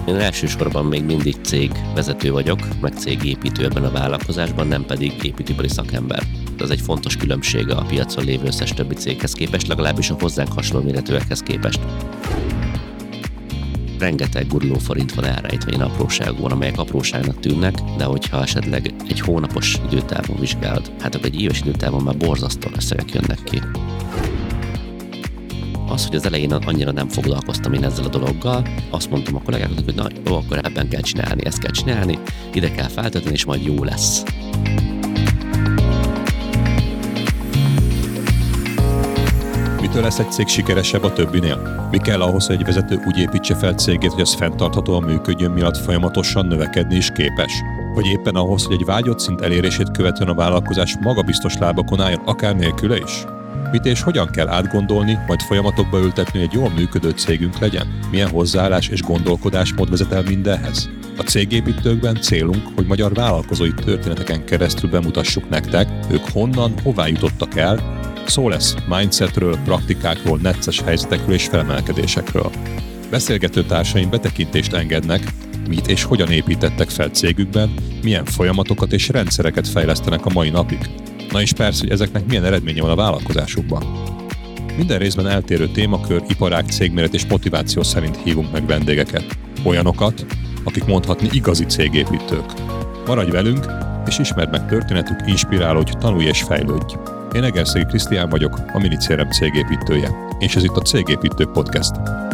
Én elsősorban még mindig cégvezető vagyok, meg cégépítő ebben a vállalkozásban, nem pedig építőipari szakember. Ez egy fontos különbsége a piacon lévő összes többi céghez képest, legalábbis a hozzánk hasonló méretűekhez képest. Rengeteg guruló forint van elrejtve ilyen apróságokban, amelyek apróságnak tűnnek, de hogyha esetleg egy hónapos időtávon vizsgálod, hát akkor egy éves időtávon már borzasztó összegek jönnek ki. Az, hogy az elején annyira nem foglalkoztam én ezzel a dologgal, azt mondtam a kollégáknak, hogy na jó, akkor ebben kell csinálni, ezt kell csinálni, ide kell feltölteni, és majd jó lesz. Mitől lesz egy cég sikeresebb a többinél? Mi kell ahhoz, hogy egy vezető úgy építse fel cégét, hogy az fenntarthatóan működjön, miatt folyamatosan növekedni is képes? Vagy éppen ahhoz, hogy egy vágyott szint elérését követően a vállalkozás magabiztos lábakon álljon, akár nélküle is? Mit és hogyan kell átgondolni, majd folyamatokba ültetni, hogy egy jól működő cégünk legyen? Milyen hozzáállás és gondolkodásmód vezet el mindenhez? A cégépítőkben célunk, hogy magyar vállalkozói történeteken keresztül bemutassuk nektek, ők honnan, hová jutottak el. Szó lesz mindsetről, praktikákról, necces helyzetekről és felemelkedésekről. Beszélgető társaim betekintést engednek, mit és hogyan építettek fel cégükben, milyen folyamatokat és rendszereket fejlesztenek a mai napig. Na és persze, hogy ezeknek milyen eredménye van a vállalkozásukban. Minden részben eltérő témakör, iparág, cégméret és motiváció szerint hívunk meg vendégeket. Olyanokat, akik mondhatni igazi cégépítők. Maradj velünk, és ismerd meg történetük, inspirálódj, tanulj és fejlődj. Én Egerszegi Krisztián vagyok, a Minicérem cégépítője, és ez itt a Cégépítők Podcast.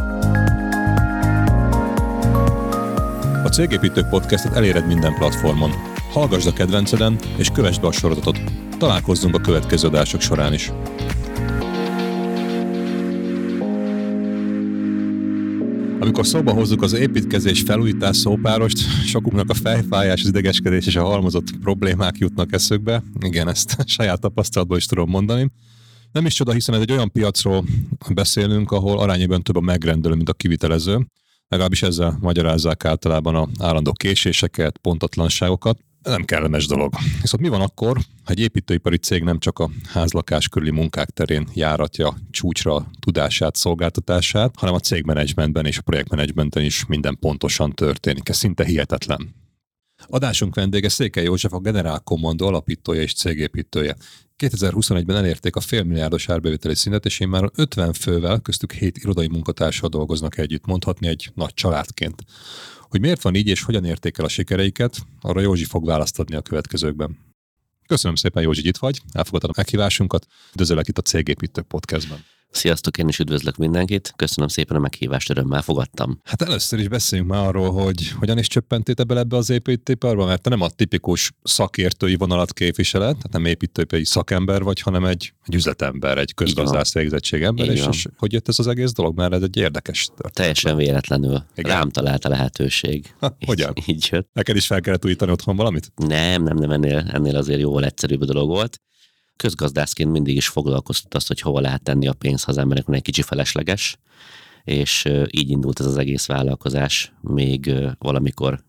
A Cégépítők Podcastet eléred minden platformon. Hallgasd a kedvenceden, és kövessd be a sorozatot. Találkozzunk a következő adások során is. Amikor szóba hozzuk az építkezés felújítás szópárost, sokunknak a fejfájás, az idegeskedés és a halmozott problémák jutnak eszükbe. Igen, ezt saját tapasztalatból is tudom mondani. Nem is csoda, hiszen ez egy olyan piacról beszélünk, ahol arányában több a megrendelő, mint a kivitelező. Legalábbis ezzel magyarázzák általában az állandó késéseket, pontatlanságokat. Nem kellemes dolog. Viszont mi van akkor, ha egy építőipari cég nem csak a házlakás körüli munkák terén járatja csúcsra a tudását, szolgáltatását, hanem a cégmenedzsmentben és a projektmenedzsmentben is minden pontosan történik. Ez szinte hihetetlen. Adásunk vendége Székely József, a Generál Commando alapítója és cégépítője. 2021-ben elérték a félmilliárdos árbevételi szintet, és már 50 fővel, köztük 7 irodai munkatársal dolgoznak együtt, mondhatni egy nagy családként. Hogy miért van így, és hogyan értékel a sikereiket, arra Józsi fog választ adni a következőkben. Köszönöm szépen, Józsi, itt vagy, elfogadtad a meghívásunkat, üdvözöllek itt a Cégépítők Podcastben. Sziasztok, én is üdvözlök mindenkit, köszönöm szépen a meghívást, örömmel fogadtam. Hát először is beszéljünk már arról, hogy hogyan is csöppentél be ebbe az építőiparba, mert te nem a tipikus szakértői vonalat képviseled, tehát nem építőipari szakember vagy, hanem egy üzletember, egy közgazdász végzettség ember, és hogy jött ez az egész dolog, mert ez egy érdekes történet. Teljesen véletlenül. Igen. Rám talált a lehetőség. Hogyan? Így jött. Neked is fel kellett újítani otthon valamit? Nem, ennél azért jóval egyszerűbb a dolog volt. Közgazdászként mindig is foglalkoztat azt, hogy hova lehet tenni a pénzt, ha az embernek van egy kicsi felesleges, és így indult ez az egész vállalkozás még valamikor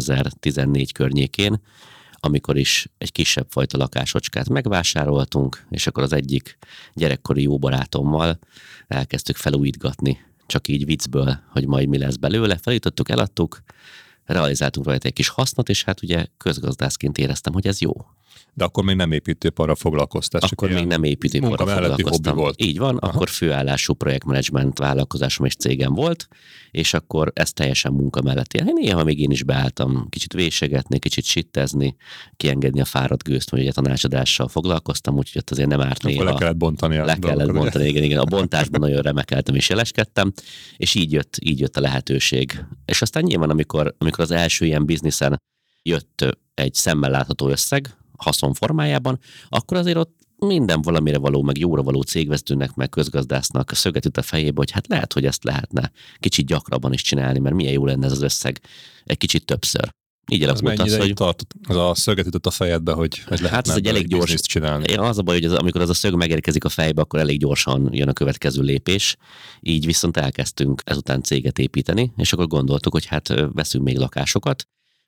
2014 környékén, amikor is egy kisebb fajta lakásocskát megvásároltunk, és akkor az egyik gyerekkori jó barátommal elkezdtük felújítgatni, csak így viccből, hogy majd mi lesz belőle, felújítottuk, eladtuk, realizáltunk rajta egy kis hasznot, és hát ugye közgazdászként éreztem, hogy ez jó. De akkor még nem építőiparral foglalkoztál. Akkor még nem építőiparral foglalkoztam. Volt. Így van, akkor főállású projektmenedzsment vállalkozásom és cégem volt, és akkor ez teljesen munka mellett él. Néha még én is beálltam kicsit vésegetni, kicsit sittezni, kiengedni a fáradt gőzt, hogy ugye tanácsadással foglalkoztam, úgyhogy ott azért nem árt néha. Le kellett bontani. Le kellett bontani, igen. A bontásban nagyon remekeltem és jeleskedtem, és így jött a lehetőség. És aztán nyilván, amikor az első ilyen bizniszen jött egy szemmel látható összeg, haszon formájában, akkor azért ott minden valamire való, meg jóra való cégvezetőnek, meg közgazdásznak szöget üt a fejébe, hogy hát lehet, hogy ezt lehetne kicsit gyakrabban is csinálni, mert milyen jó lenne ez az összeg egy kicsit többször. Így alakult az, hogy... tartott, az a szöget ütött a fejedbe, hogy lehetne hát ez egy elég gyors csinálni. Az a baj, hogy amikor az a szög megérkezik a fejbe, akkor elég gyorsan jön a következő lépés. Így viszont elkezdtünk ezután céget építeni, és akkor gondoltuk, hogy hát veszünk még lakásokat.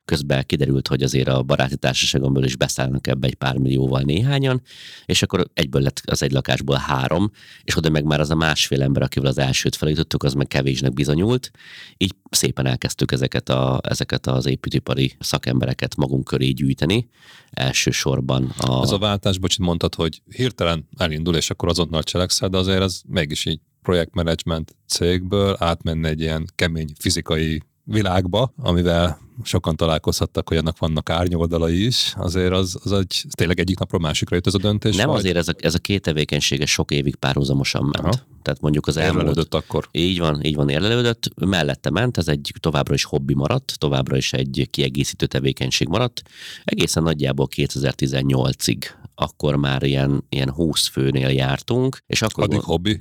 közben kiderült, hogy azért a baráti társaságon belül is beszállnak ebbe egy pár millióval néhányan, és akkor egyből lett az egy lakásból 3, és oda meg már az a másfél ember, akivel az elsőt felütöttük, az meg kevésnek bizonyult. Így szépen elkezdtük ezeket az építőipari szakembereket magunk köré gyűjteni. Elsősorban Ez a váltás, bocsánat, mondtad, hogy hirtelen elindul, és akkor azonnal cselekszel, de azért ez mégis így projektmenedzsment cégből átmenne egy ilyen kemény fizikai világba, amivel sokan találkozhattak, hogy annak vannak árnyoldalai is, azért az tényleg egyik napról másikra jött ez a döntés? Nem, vagy? azért ez a két tevékenysége sok évig párhuzamosan ment. Aha. Tehát mondjuk az érlelődött akkor. Így van, érlelődött. Mellette ment, ez egy továbbra is hobbi maradt, továbbra is egy kiegészítő tevékenység maradt. Egészen nagyjából 2018-ig. Akkor már ilyen 20 főnél jártunk. És akkor addig hobbi?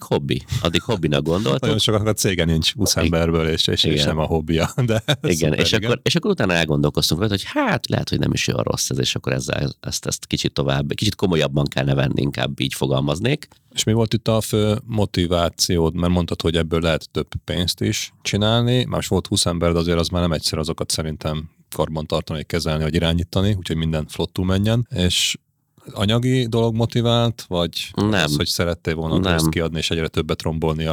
Addig hobbinak gondoltuk. Nagyon sokaknak a cégen nincs 20 emberből, és nem a hobbija. De igen, szuper, és akkor utána elgondolkoztunk rajta, hogy hát lehet, hogy nem is olyan rossz ez, és akkor ezt kicsit komolyabban kellene venni, inkább így fogalmaznék. És mi volt itt a fő motivációd? Mert mondtad, hogy ebből lehet több pénzt is csinálni. Most volt 20 ember, de azért az már nem egyszer azokat szerintem karban tartani, kezelni, vagy irányítani, úgyhogy minden flottul menjen. És anyagi dolog motivált, vagy nem. Az, hogy szerettél volna ezt kiadni, és egyre többet rombolni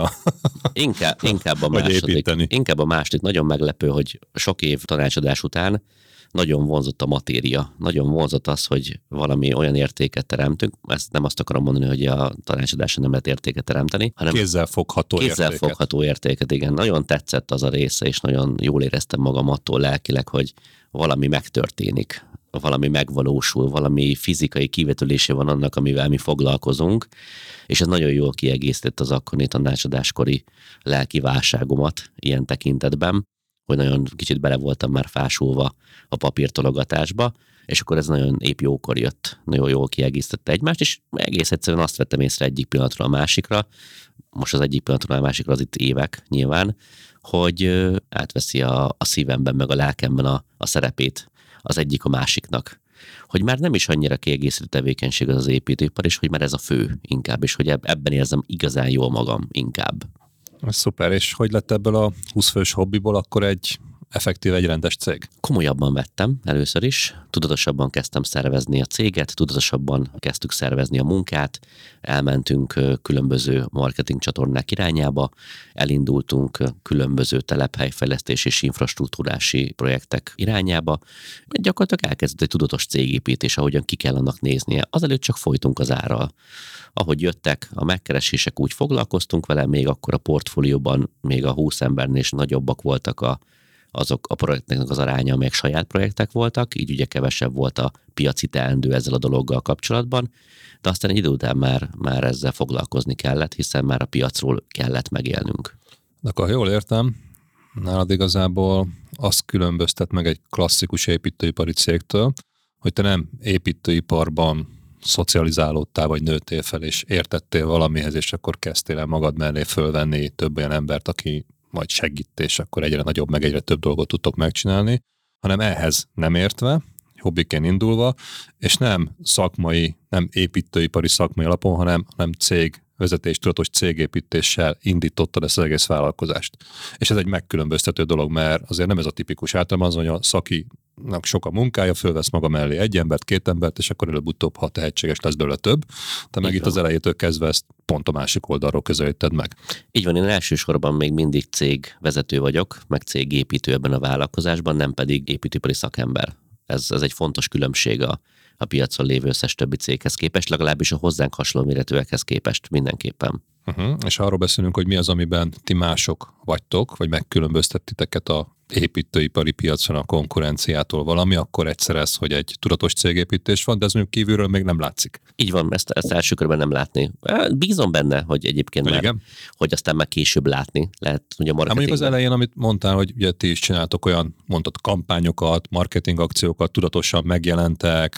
Inkább a második. Inkább a második. Nagyon meglepő, hogy sok év tanácsadás után nagyon vonzott a matéria. Nagyon vonzott az, hogy valami olyan értéket teremtünk. Nem azt akarom mondani, hogy a tanácsadásra nem lehet értéket teremteni, hanem kézzelfogható értéket. Igen. Nagyon tetszett az a része, és nagyon jól éreztem magam attól lelkileg, hogy valami megtörténik, valami megvalósul, valami fizikai kivetülése van annak, amivel mi foglalkozunk, és ez nagyon jól kiegészített az akkori tanácsadáskori lelki válságomat ilyen tekintetben, hogy nagyon kicsit bele voltam már fásulva a papírtologatásba, és akkor ez nagyon épp jókor jött, nagyon jól kiegészítette egymást, és egész egyszerűen azt vettem észre egyik pillanatról a másikra, most az egyik pillanatról a másikra az itt évek nyilván, hogy átveszi a szívemben, meg a lelkemben a szerepét az egyik a másiknak. Hogy már nem is annyira kiegészítő tevékenység az építőipar, és hogy már ez a fő inkább, és hogy ebben érzem igazán jól magam inkább. Ez szuper, és hogy lett ebből a 20 fős hobbiból akkor egy rendes cég? Komolyabban vettem először is, tudatosabban kezdtem szervezni a céget, tudatosabban kezdtük szervezni a munkát, elmentünk különböző marketing csatornák irányába, elindultunk különböző telephelyfejlesztés és infrastruktúrási projektek irányába, gyakorlatilag elkezdett egy tudatos cégépítés, ahogyan ki kell annak néznie. Azelőtt csak folytunk az árral. Ahogy jöttek a megkeresések, úgy foglalkoztunk vele, még akkor a portfólióban még a 20 embernél is nagyobbak voltak azok a projekteknek az aránya, amelyek saját projektek voltak, így ugye kevesebb volt a piaci teendő ezzel a dologgal kapcsolatban, de aztán egy idő után már ezzel foglalkozni kellett, hiszen már a piacról kellett megélnünk. De akkor, ha jól értem, nálad igazából azt különböztet meg egy klasszikus építőipari cégtől, hogy te nem építőiparban szocializálódtál, vagy nőttél fel, és értettél valamihez, és akkor kezdtél el magad mellé fölvenni több olyan embert, aki majd segít, és akkor egyre nagyobb, meg egyre több dolgot tudtok megcsinálni, hanem ehhez nem értve, hobbiként indulva, és nem szakmai, nem építőipari szakmai alapon, hanem cégvezetés, tudatos cégépítéssel indítottad ezt az egész vállalkozást. És ez egy megkülönböztető dolog, mert azért nem ez a tipikus. Általában az, hogy a szakinak sok a munkája, fölvesz maga mellé egy embert, 2 embert, és akkor előbb-utóbb, ha tehetséges lesz belőle több. Te meg itt az elejétől kezdve ezt pont a másik oldalról közelíted meg. Így van, én elsősorban még mindig cégvezető vagyok, meg cégépítő ebben a vállalkozásban, nem pedig építőipari szakember. Ez egy fontos különbség a piacon lévő összes többi céghez képest, legalábbis a hozzánk hasonló méretűekhez képest mindenképpen. És arról beszélünk, hogy mi az, amiben ti mások vagytok, vagy megkülönböztet titeket a építőipari piacon a konkurenciától valami, akkor egyszer ez, hogy egy tudatos cégépítés van, de ez mondjuk kívülről még nem látszik. Így van, ezt első körben nem látni. Bízom benne, hogy egyébként már, hogy aztán már később látni lehet, hogy a marketingben. Mondjuk az elején, amit mondtál, hogy ugye ti is csináltok olyan, mondtad, kampányokat, marketing akciókat, tudatosan megjelentek,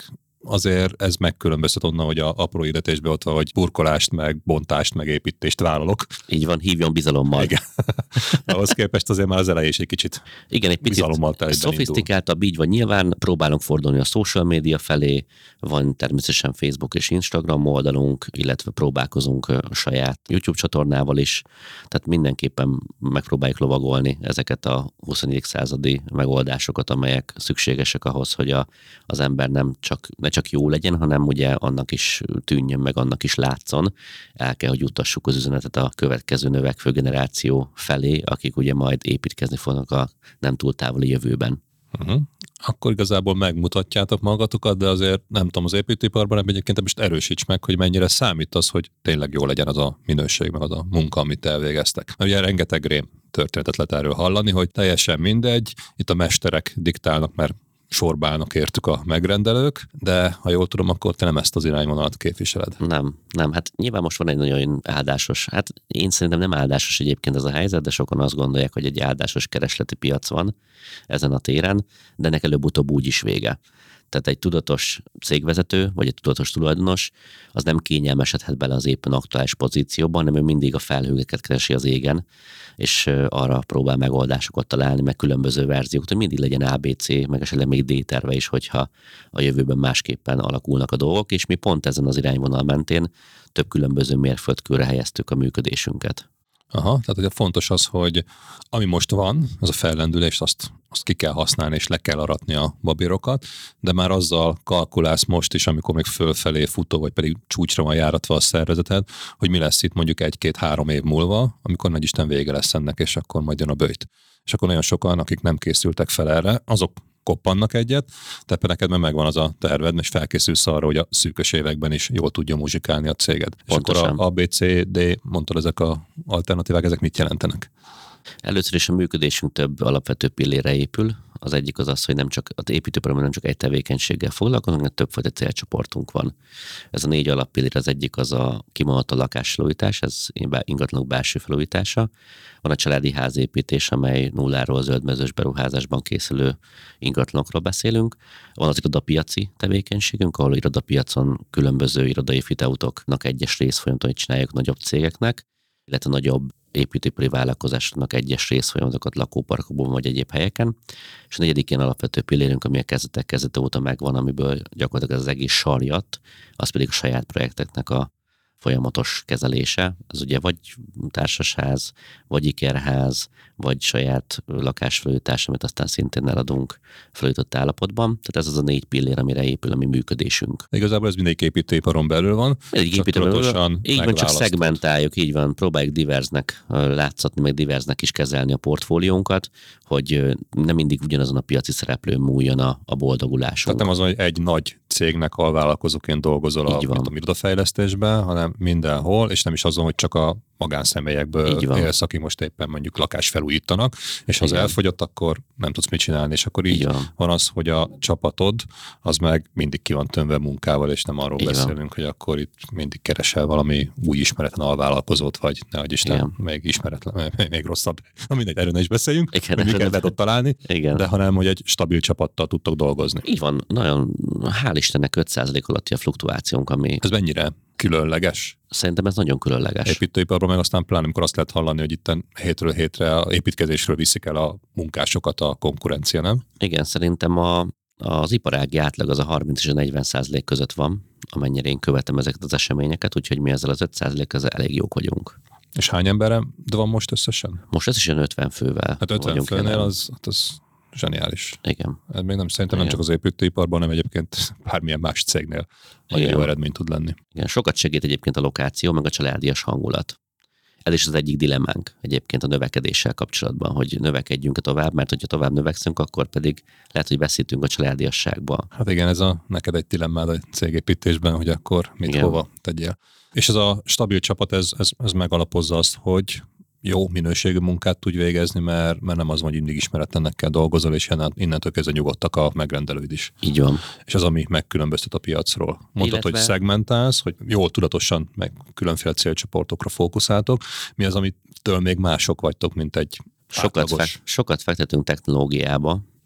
azért ez megkülönböztet onnan, hogy a apró hirdetésben ott van, hogy burkolást, meg bontást, meg építést vállalok. Így van, hívjon bizalommal. Igen. Ahhoz képest azért már az elején is egy kicsit igen, egy picit szofisztikáltabb, így van. Nyilván próbálunk fordulni a social média felé, van természetesen Facebook és Instagram oldalunk, illetve próbálkozunk a saját YouTube csatornával is, tehát mindenképpen megpróbáljuk lovagolni ezeket a 21. századi megoldásokat, amelyek szükségesek ahhoz, hogy az ember ne csak jó legyen, hanem ugye annak is tűnjön, meg annak is látszon. El kell, hogy jutassuk az üzenetet a következő növekvő generáció felé, akik ugye majd építkezni fognak a nem túl távoli jövőben. Akkor igazából megmutatjátok magatokat, de azért nem tudom, az építőiparban egyébként most erősíts meg, hogy mennyire számít az, hogy tényleg jó legyen az a minőség, meg az a munka, amit elvégeztek. Mert ugye rengeteg rém történetet lehet erről hallani, hogy teljesen mindegy, itt a mesterek diktálnak, mert sorba állnak értük a megrendelők, de ha jól tudom, akkor te nem ezt az irányvonalat képviseled. Nem, hát nyilván most van egy nagyon áldásos, hát én szerintem nem áldásos egyébként ez a helyzet, de sokan azt gondolják, hogy egy áldásos keresleti piac van ezen a téren, de ennek előbb-utóbb úgy is vége. Tehát egy tudatos cégvezető, vagy egy tudatos tulajdonos, az nem kényelmesedhet bele az éppen aktuális pozícióban, hanem ő mindig a felhőket keresi az égen, és arra próbál megoldásokat találni, meg különböző verziók, hogy mindig legyen ABC, meg esetleg még D terve is, hogyha a jövőben másképpen alakulnak a dolgok, és mi pont ezen az irányvonal mentén több különböző mérföldkőre helyeztük a működésünket. Aha, tehát ugye fontos az, hogy ami most van, az a fellendülés, azt ki kell használni, és le kell aratni a babérokat, de már azzal kalkulálsz most is, amikor még fölfelé futó, vagy pedig csúcsra van járatva a szervezeted, hogy mi lesz itt mondjuk 1-2-3 év múlva, amikor nagyisten vége lesz ennek, és akkor majd jön a böjt. És akkor nagyon sokan, akik nem készültek fel erre, azok koppannak egyet, tehát neked megvan az a terved, és felkészülsz arra, hogy a szűkös években is jól tudja muzsikálni a céged. Pontosan. És akkor a B, C, D, mondtad, ezek a alternatívák, ezek mit jelentenek? Először is a működésünk több alapvető pillére épül. Az egyik az, hogy nem csak az építőiparban nem csak egy tevékenységgel foglalkozunk, hanem többfajta célcsoportunk van. Ez a 4 alappillér, az egyik az a kimondott lakásfelújítás, ez ingatlanok belső felújítása. Van a családi házépítés, amely nulláról zöldmezős beruházásban készülő ingatlanokról beszélünk. Van az irodapiaci tevékenységünk, ahol irodapiacon különböző irodai fit-outoknak egyes részfolyamatot csináljuk nagyobb cégeknek, illetve nagyobb építőipari vállalkozásoknak egyes részfolyamatokat lakóparkokban vagy egyéb helyeken. És a 4. ilyen alapvető pillérünk, ami a kezdete óta megvan, amiből gyakorlatilag az egész sarjat, az pedig a saját projekteknek a folyamatos kezelése. Az ugye vagy társasház, vagy ikerház, vagy saját lakásfelújítás, amit aztán szintén eladunk felújított állapotban. Tehát ez az a 4 pillér, amire épül a mi működésünk. Igazából ez mindegyik építőiparon belül van. Mindegyik építőiparon így van, csak szegmentáljuk, így van. Próbáljuk diverznek látszatni, meg diverznek is kezelni a portfóliónkat, hogy nem mindig ugyanazon a piaci szereplőn múljon a boldogulásunk. Tehát nem az, hogy egy nagy cégnek alvállalkozóként dolgozol a irodafejlesztésben, hanem mindenhol, és nem is azon, hogy csak a magánszemélyekből élsz, aki most éppen mondjuk lakást felújítanak, és ha az elfogyott, akkor nem tudsz mit csinálni, és akkor így van az, hogy a csapatod az meg mindig ki van tömve munkával, és nem arról beszélünk, hogy akkor itt mindig keresel valami új ismeretlen alvállalkozót, vagy nehogy Isten, még ismeretlen, még rosszabb. Na mindegy, erről ne is beszéljünk, hogy miket lehet ott találni, de hanem, hogy egy stabil csapattal tudtok dolgozni. Így van, nagyon, hál' Istennek 5% alatti a fluktuációnk, ami... Ez mennyire különleges? Szerintem ez nagyon különleges. Építőiparban meg aztán pláne, amikor azt lehet hallani, hogy itt hétről hétre a építkezésről viszik el a munkásokat a konkurencia, nem? Igen, szerintem az iparági átlag az a 30 és a 40% között van, amennyire én követem ezeket az eseményeket, úgyhogy mi ezzel az 5%-kal elég jók vagyunk. És hány emberre van most összesen? Most összesen 50 fővel. Hát 50 főnél az zseniális. Igen. Ez még nem szerintem nem csak az építőiparban, hanem egyébként bármilyen más cégnél nagyon jó eredmény tud lenni. Igen, sokat segít egyébként a lokáció, meg a családias hangulat. Ez is az egyik dilemmánk egyébként a növekedéssel kapcsolatban, hogy növekedjünk tovább, mert hogyha tovább növekszünk, akkor pedig lehet, hogy veszítünk a családiasságba. Hát igen, ez neked egy dilemmád a cégépítésben, hogy akkor mit hova tegyél. És ez a stabil csapat, ez megalapozza azt, hogy jó minőségű munkát tudj végezni, mert nem az van, hogy mindig ismeretlenekkel dolgozol, és innentől kezdve nyugodtak a megrendelőid is. Így van. És az, ami megkülönböztet a piacról. Mondtad, hogy szegmentálsz, hogy jól tudatosan, meg különféle célcsoportokra fókuszáltok. Mi az, amitől még mások vagytok, mint egy átlagos? Sokat fektetünk technológiába,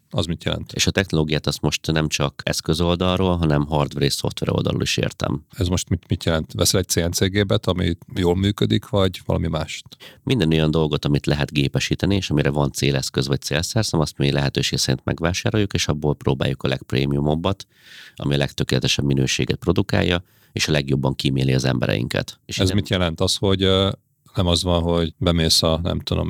Az mit jelent? És a technológiát azt most nem csak eszközoldalról, hanem hardware és szoftver oldalról is értem. Ez most mit jelent? Veszel egy CNC gépet, ami jól működik, vagy valami mást? Minden olyan dolgot, amit lehet gépesíteni, és amire van céleszköz vagy célszerszám, azt mi lehetőség szerint megvásároljuk, és abból próbáljuk a legprémiumobbat, ami a legtökéletesebb minőséget produkálja, és a legjobban kíméli az embereinket. És ez mit jelent? Az, hogy nem az van, hogy bemész a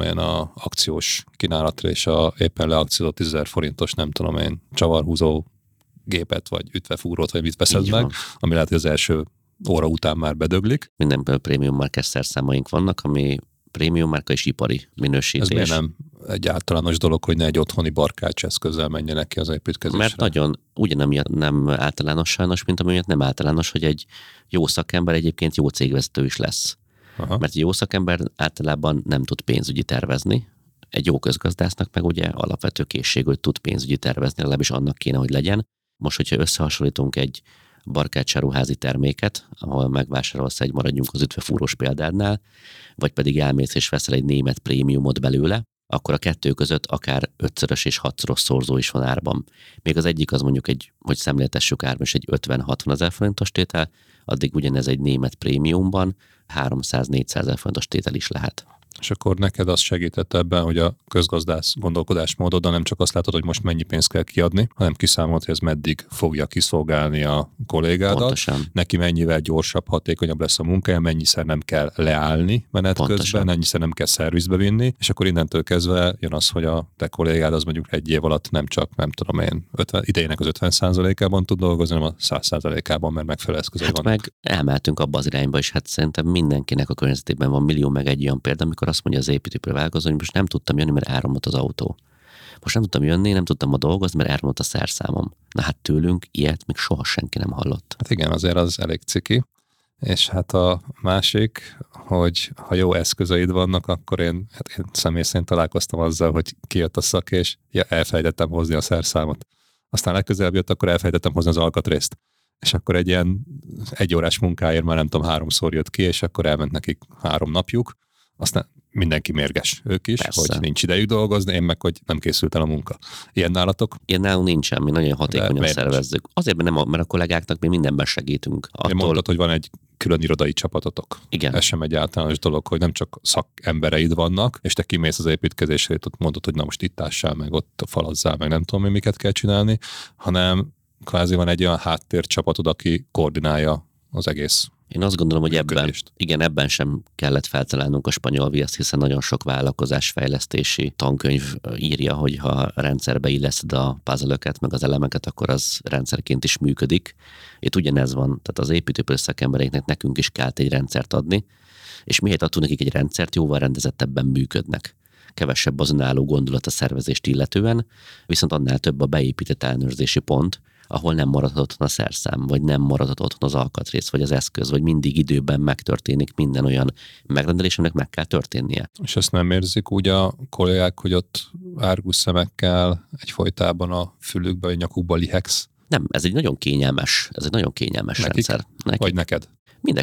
akciós kínálatra, és éppen leakciózott 10 000 forintos, csavarhúzó gépet, vagy ütvefúrót, vagy mit veszed meg, ami lehet, hogy az első óra után már bedöglik. Mindenből prémium márkás szerszámaink vannak, ami prémium márka és ipari minősítés. Ez miért nem egy általános dolog, hogy ne egy otthoni barkács eszközzel menjenek ki az építkezésre? Mert nagyon ugyanamiatt nem általános sajnos, mint amiatt nem általános, hogy egy jó szakember egyébként jó cégvezető is lesz. Aha. Mert egy jó szakember általában nem tud pénzügyi tervezni. Egy jó közgazdásznak meg ugye alapvető készség, hogy tud pénzügyi tervezni, legalábbis annak kéne, hogy legyen. Most, hogyha összehasonlítunk egy barkácsáruházi terméket, ahol megvásárolsz maradjunk az ütvefúrós példádnál, vagy pedig elmész és veszel egy német prémiumot belőle, akkor a kettő között akár 5-szörös és 6-szoros szorzó is van árban. Még az egyik az mondjuk hogy szemléltessük árban is egy 50-60 ezer forintos tétel, addig ugyanez egy német prémiumban 300-400 ezer forintos tétel is lehet. És akkor neked az segített ebben, hogy a közgazdász gondolkodásmódoddal nem csak azt látod, hogy most mennyi pénzt kell kiadni, hanem kiszámolt, hogy ez meddig fogja kiszolgálni a kollégádat. Pontosan. Neki mennyivel gyorsabb, hatékonyabb lesz a munkája, mennyiszer nem kell leállni menet Pontosan. közben, mennyiszer nem kell szervizbe vinni, és akkor innentől kezdve jön az, hogy a te kollégád az mondjuk egy év alatt nem csak, idejének az 50%-ában tud dolgozni, hanem a 100%-ában, mert megfelelő eszközök vannak. Meg elmehetünk abba az irányba, és szerintem mindenkinek a környezetében van millió meg egy olyan példa, amikor azt mondja az építőipari vállalkozó, hogy most nem tudtam jönni, mert elromlott az autó. Most nem tudtam jönni, nem tudtam ma dolgozni, mert elromlott a szerszámom. Na hát tőlünk ilyet még soha senki nem hallott. Hát igen, azért az elég ciki. És hát a másik, hogy ha jó eszközeid vannak, akkor én személy szerint találkoztam azzal, hogy kijött a szak, és elfelejtettem hozni a szerszámot. Aztán legközelebb jött, akkor elfelejtettem hozni az alkatrészt. És akkor egy ilyen 1 órás munkáért már nem tudom 3-szor jött ki, és akkor elment nekik 3 napjuk. Aztán mindenki mérges, ők is, persze, hogy nincs idejük dolgozni, én meg, hogy nem készült el a munka. Ilyen nálatok? Ilyen nálunk nincsen, mi nagyon hatékonyan szervezzük. Azért, mert a kollégáknak mi mindenben segítünk. Én mondtad, hogy van egy külön irodai csapatotok. Igen. Ez sem egy általános dolog, hogy nem csak szakembereid vannak, és te kimész az építkezésre, ott mondod, hogy na most itt ássál meg, ott falazzál meg, nem tudom, miket kell csinálni, hanem kvázi van egy olyan háttércsapatod, aki koordinálja az egész. Én azt gondolom, hogy ebben sem kellett feltalálnunk a spanyol viaszt, hiszen nagyon sok vállalkozásfejlesztési tankönyv írja, hogy ha rendszerbe illeszed a puzzle-öket, meg az elemeket, akkor az rendszerként is működik. Itt ugyanez van, tehát az építőipari szakembereinknek nekünk is kell egy rendszert adni, és miért adtunk nekik egy rendszert, jóval rendezettebben működnek. Kevesebb az önálló gondolat a szervezést illetően, viszont annál több a beépített ellenőrzési pont, ahol nem maradhat otthon a szerszám, vagy nem maradhat otthon az alkatrész, vagy az eszköz, vagy mindig időben megtörténik minden olyan megrendelés, aminek meg kell történnie. És ezt nem érzik úgy a kollégák, hogy ott árgus szemekkel egyfolytában a fülükbe, vagy nyakukba lihegsz? Nem, ez egy nagyon kényelmes rendszer. Nekik? Vagy neked? Mind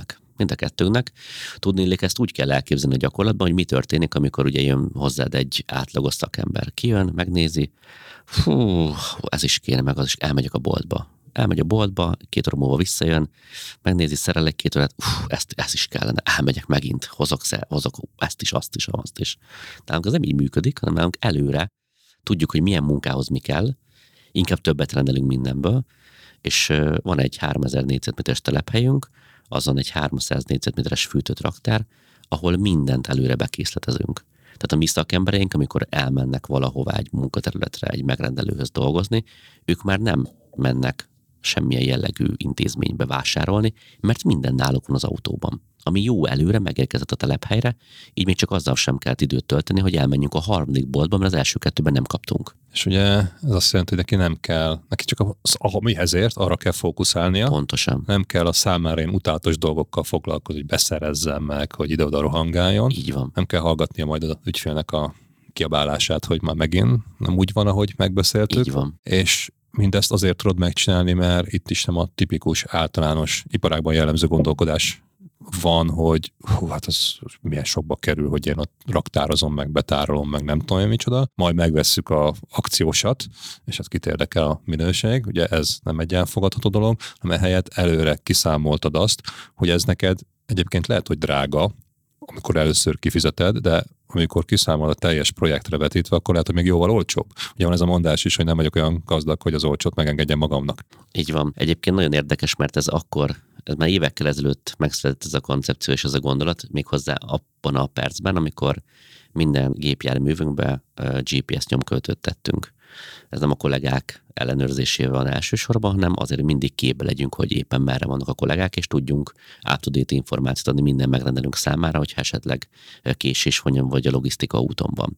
a kettőnknek. Tudniillik, ezt úgy kell elképzelni a gyakorlatban, hogy mi történik, amikor ugye jön hozzád egy átlagos szakember. Kijön, megnézi, ez is kéne, meg az is, elmegyek a boltba. Elmegy a boltba, 2 óra múlva visszajön, megnézi, szerel egy 2 órát, ez is kellene, elmegyek megint, hozok ezt is, azt is. Nálunk az nem így működik, hanem nálunk előre tudjuk, hogy milyen munkához mi kell, inkább többet rendelünk mindenből, és van egy 3000 négyzetméteres telephelyünk, azon egy 300 négyzetméteres fűtőtraktár, ahol mindent előre bekészletezünk. Tehát a mi szakembereink, amikor elmennek valahová egy munkaterületre, egy megrendelőhöz dolgozni, ők már nem mennek semmilyen jellegű intézménybe vásárolni, mert minden náluk van az autóban. Ami jó előre megérkezett a telephelyre, így még csak azzal sem kell időt tölteni, hogy elmenjünk a 3. boltba, mert az első 2-ben nem kaptunk. És ugye ez azt jelenti, hogy neki nem kell, neki csak mihez ért, arra kell fókuszálnia. Pontosan. Nem kell a számára ilyen utálatos dolgokkal foglalkozni, hogy beszerezzen meg, hogy ide-oda rohangáljon. Így van. Nem kell hallgatnia majd az ügyfélnek a kiabálását, hogy már megint nem úgy van, ahogy megbeszéltük. Így van. És mindezt azért tudod megcsinálni, mert itt is nem a tipikus általános iparágban jellemző gondolkodás van, hogy hát az milyen sokba kerül, hogy én ott raktározom, meg betárolom, meg nem tudom én micsoda, majd megvesszük a akciósat, és hát kit érdekel a minőség, ugye ez nem egy elfogadható dolog, hanem ehelyett előre kiszámoltad azt, hogy ez neked egyébként lehet, hogy drága, amikor először kifizeted, de amikor kiszámol a teljes projektre vetítve, akkor lehet, hogy még jóval olcsóbb. Ugye van ez a mondás is, hogy nem vagyok olyan gazdag, hogy az olcsót megengedjem magamnak. Így van. Egyébként nagyon érdekes, mert ez már évekkel ezelőtt megszületett ez a koncepció és ez a gondolat, méghozzá abban a percben, amikor minden gépjárművünkbe GPS nyomköltőt tettünk. Ez nem a kollégák ellenőrzésével van elsősorban, hanem azért mindig képbe legyünk, hogy éppen merre vannak a kollégák, és tudjunk up-to-date információt adni minden megrendelünk számára, hogyha esetleg késés van, vagy a logisztika úton van.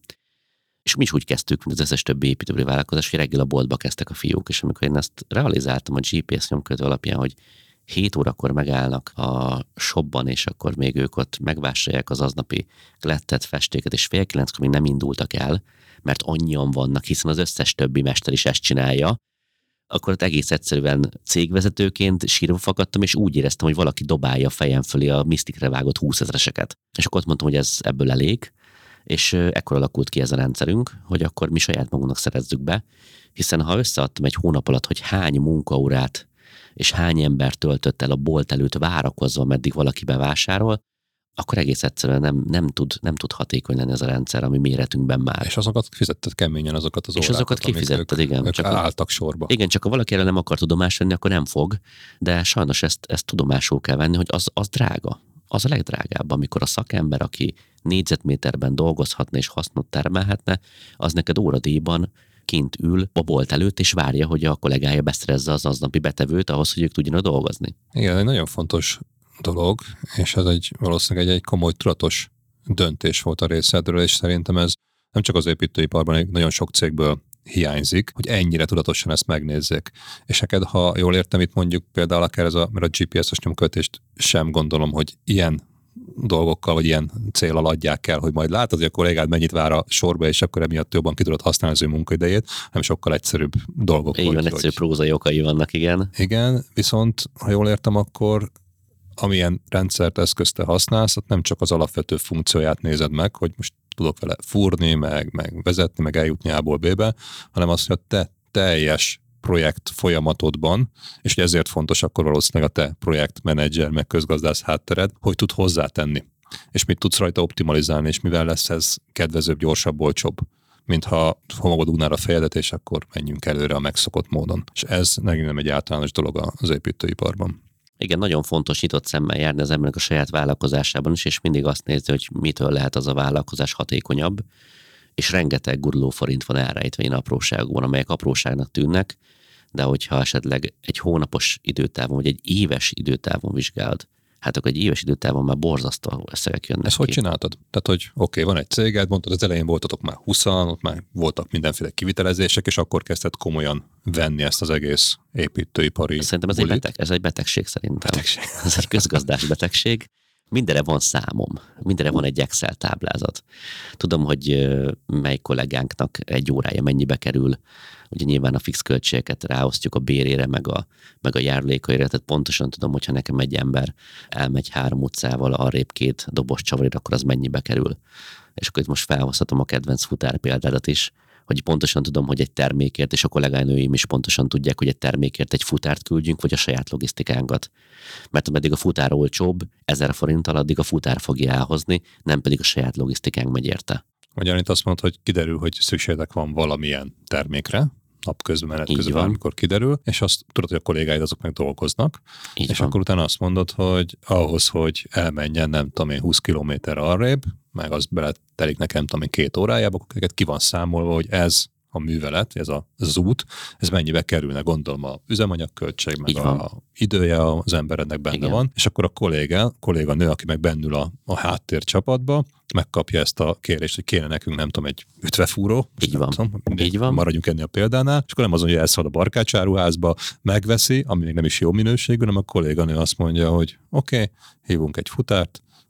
És mi is úgy kezdtük, mint az összes többi építőipari vállalkozás, hogy reggel a boltba kezdtek a fiúk, és amikor én ezt realizáltam a GPS nyomkövető alapján, hogy 7 órakor megállnak a shopban, és akkor még ők ott megvásárolják az aznapi glettet, festéket, és 8:30 még nem indultak el, mert annyian vannak, hiszen az összes többi mester is ezt csinálja, akkor ott egész egyszerűen cégvezetőként sírva fakadtam, és úgy éreztem, hogy valaki dobálja a fejem fölé a misztikre vágott 20 000-eseket. És akkor ott mondtam, hogy ez ebből elég, és ekkor alakult ki ez a rendszerünk, hogy akkor mi saját magunknak szerezzük be, hiszen ha összeadtam egy hónap alatt, hogy hány munkaórát és hány ember töltött el a bolt előtt várakozva, meddig valaki bevásárol, akkor egész egyszerűen nem tud hatékony lenni ez a rendszer, ami méretünkben már. És azokat fizetted keményen, azokat az órákat, és azokat kifizetted, igen. Ők álltak sorba. Igen, csak ha valaki erre nem akar tudomást venni, akkor nem fog, de sajnos ezt tudomásul kell venni, hogy az drága. Az a legdrágább, amikor a szakember, aki négyzetméterben dolgozhatna és hasznot termelhetne, az neked óradíjban kint ül a bolt előtt, és várja, hogy a kollégája beszerezze az aznapi betevőt ahhoz, hogy ők tudjanak dolgozni. Igen, egy nagyon fontos dolog, és ez valószínűleg egy komoly tudatos döntés volt a részedről, és szerintem ez nem csak az építőiparban, nagyon sok cégből hiányzik, hogy ennyire tudatosan ezt megnézzék. És neked, ha jól értem, itt mondjuk például akár mert a GPS-os nyomkövetést sem gondolom, hogy ilyen dolgokkal, vagy ilyen céllal adják el, hogy majd látod, hogy a kollégád mennyit vár a sorba, és akkor emiatt jobban ki tudod használni az ő munkaidejét, hanem sokkal egyszerűbb dolgok. Így van, egyszerű prózai okai vannak, igen. Igen, viszont ha jól értem, akkor amilyen rendszert, eszközt te használsz, ott nem csak az alapvető funkcióját nézed meg, hogy most tudok vele fúrni, meg vezetni, meg eljutni A-ból B-be, hanem azt, hogy a te teljes projekt folyamatodban, és ezért fontos akkor valószínűleg a te projektmenedzser, meg közgazdász háttered, hogy tud hozzátenni, és mit tudsz rajta optimalizálni, és mivel lesz ez kedvezőbb, gyorsabb, olcsóbb, mintha magad dugnád a fejedet, és akkor menjünk előre a megszokott módon. És ez megint nem egy általános dolog az építőiparban. Igen, nagyon fontos nyitott szemmel járni az embernek a saját vállalkozásában is, és mindig azt nézni, hogy mitől lehet az a vállalkozás hatékonyabb, és rengeteg guruló forint van elrejtve ilyen apróságokban, amelyek apróságnak tűnnek, de hogyha esetleg egy hónapos időtávon, vagy egy éves időtávon vizsgálod, hát akkor egy éves időtávon már borzasztó összegek jönnek. Ezt hogy csináltad? Tehát, hogy oké, van egy céged, mondtad, az elején voltatok már 20-an, ott már voltak mindenféle kivitelezések, és akkor kezdted komolyan venni ezt az egész építőipari Szerintem ez egy betegség szerintem. Ez egy közgazdás betegség. Mindenre van számom, mindenre van egy Excel táblázat. Tudom, hogy mely kollégánknak egy órája mennyibe kerül. Ugye nyilván a fix költségeket ráosztjuk a bérére, meg a járulékaira, tehát pontosan tudom, hogyha nekem egy ember elmegy 3 utcával arrébb 2 dobos csavarért, akkor az mennyibe kerül. És akkor itt most felhozhatom a kedvenc futár példádat is, hogy pontosan tudom, hogy egy termékért, és a kollégánőim is pontosan tudják, hogy egy termékért egy futárt küldjünk, vagy a saját logisztikánkat. Mert ameddig a futár olcsóbb, 1000 forinttal, addig a futár fogja elhozni, nem pedig a saját logisztikánk megy érte. Magyarán itt azt mondod, hogy kiderül, hogy szükségedek van valamilyen termékre, napközben, menet közben, amikor kiderül, és azt tudod, hogy a kollégáid azok meg dolgoznak, így és van. akkor utána azt mondod, hogy ahhoz, hogy elmenjen, nem tudom én, 20 kilométer arrébb, meg az beletelik nekem, tudom én, 2 órájába, akkor neked ki van számolva, hogy ez a művelet, ez az út, ez mennyibe kerülne, gondolom a üzemanyagköltség, meg a idője az emberednek benne van, és akkor a kolléganő, aki meg bennül a háttércsapatba, megkapja ezt a kérést, hogy kéne nekünk, nem tudom, egy ütvefúró. Így van. Maradjunk ennél a példánál, és akkor nem azon, hogy elszalad a barkácsáruházba, megveszi, ami még nem is jó minőségű, hanem a kolléganő azt mondja, hogy oké, hívunk egy futárt,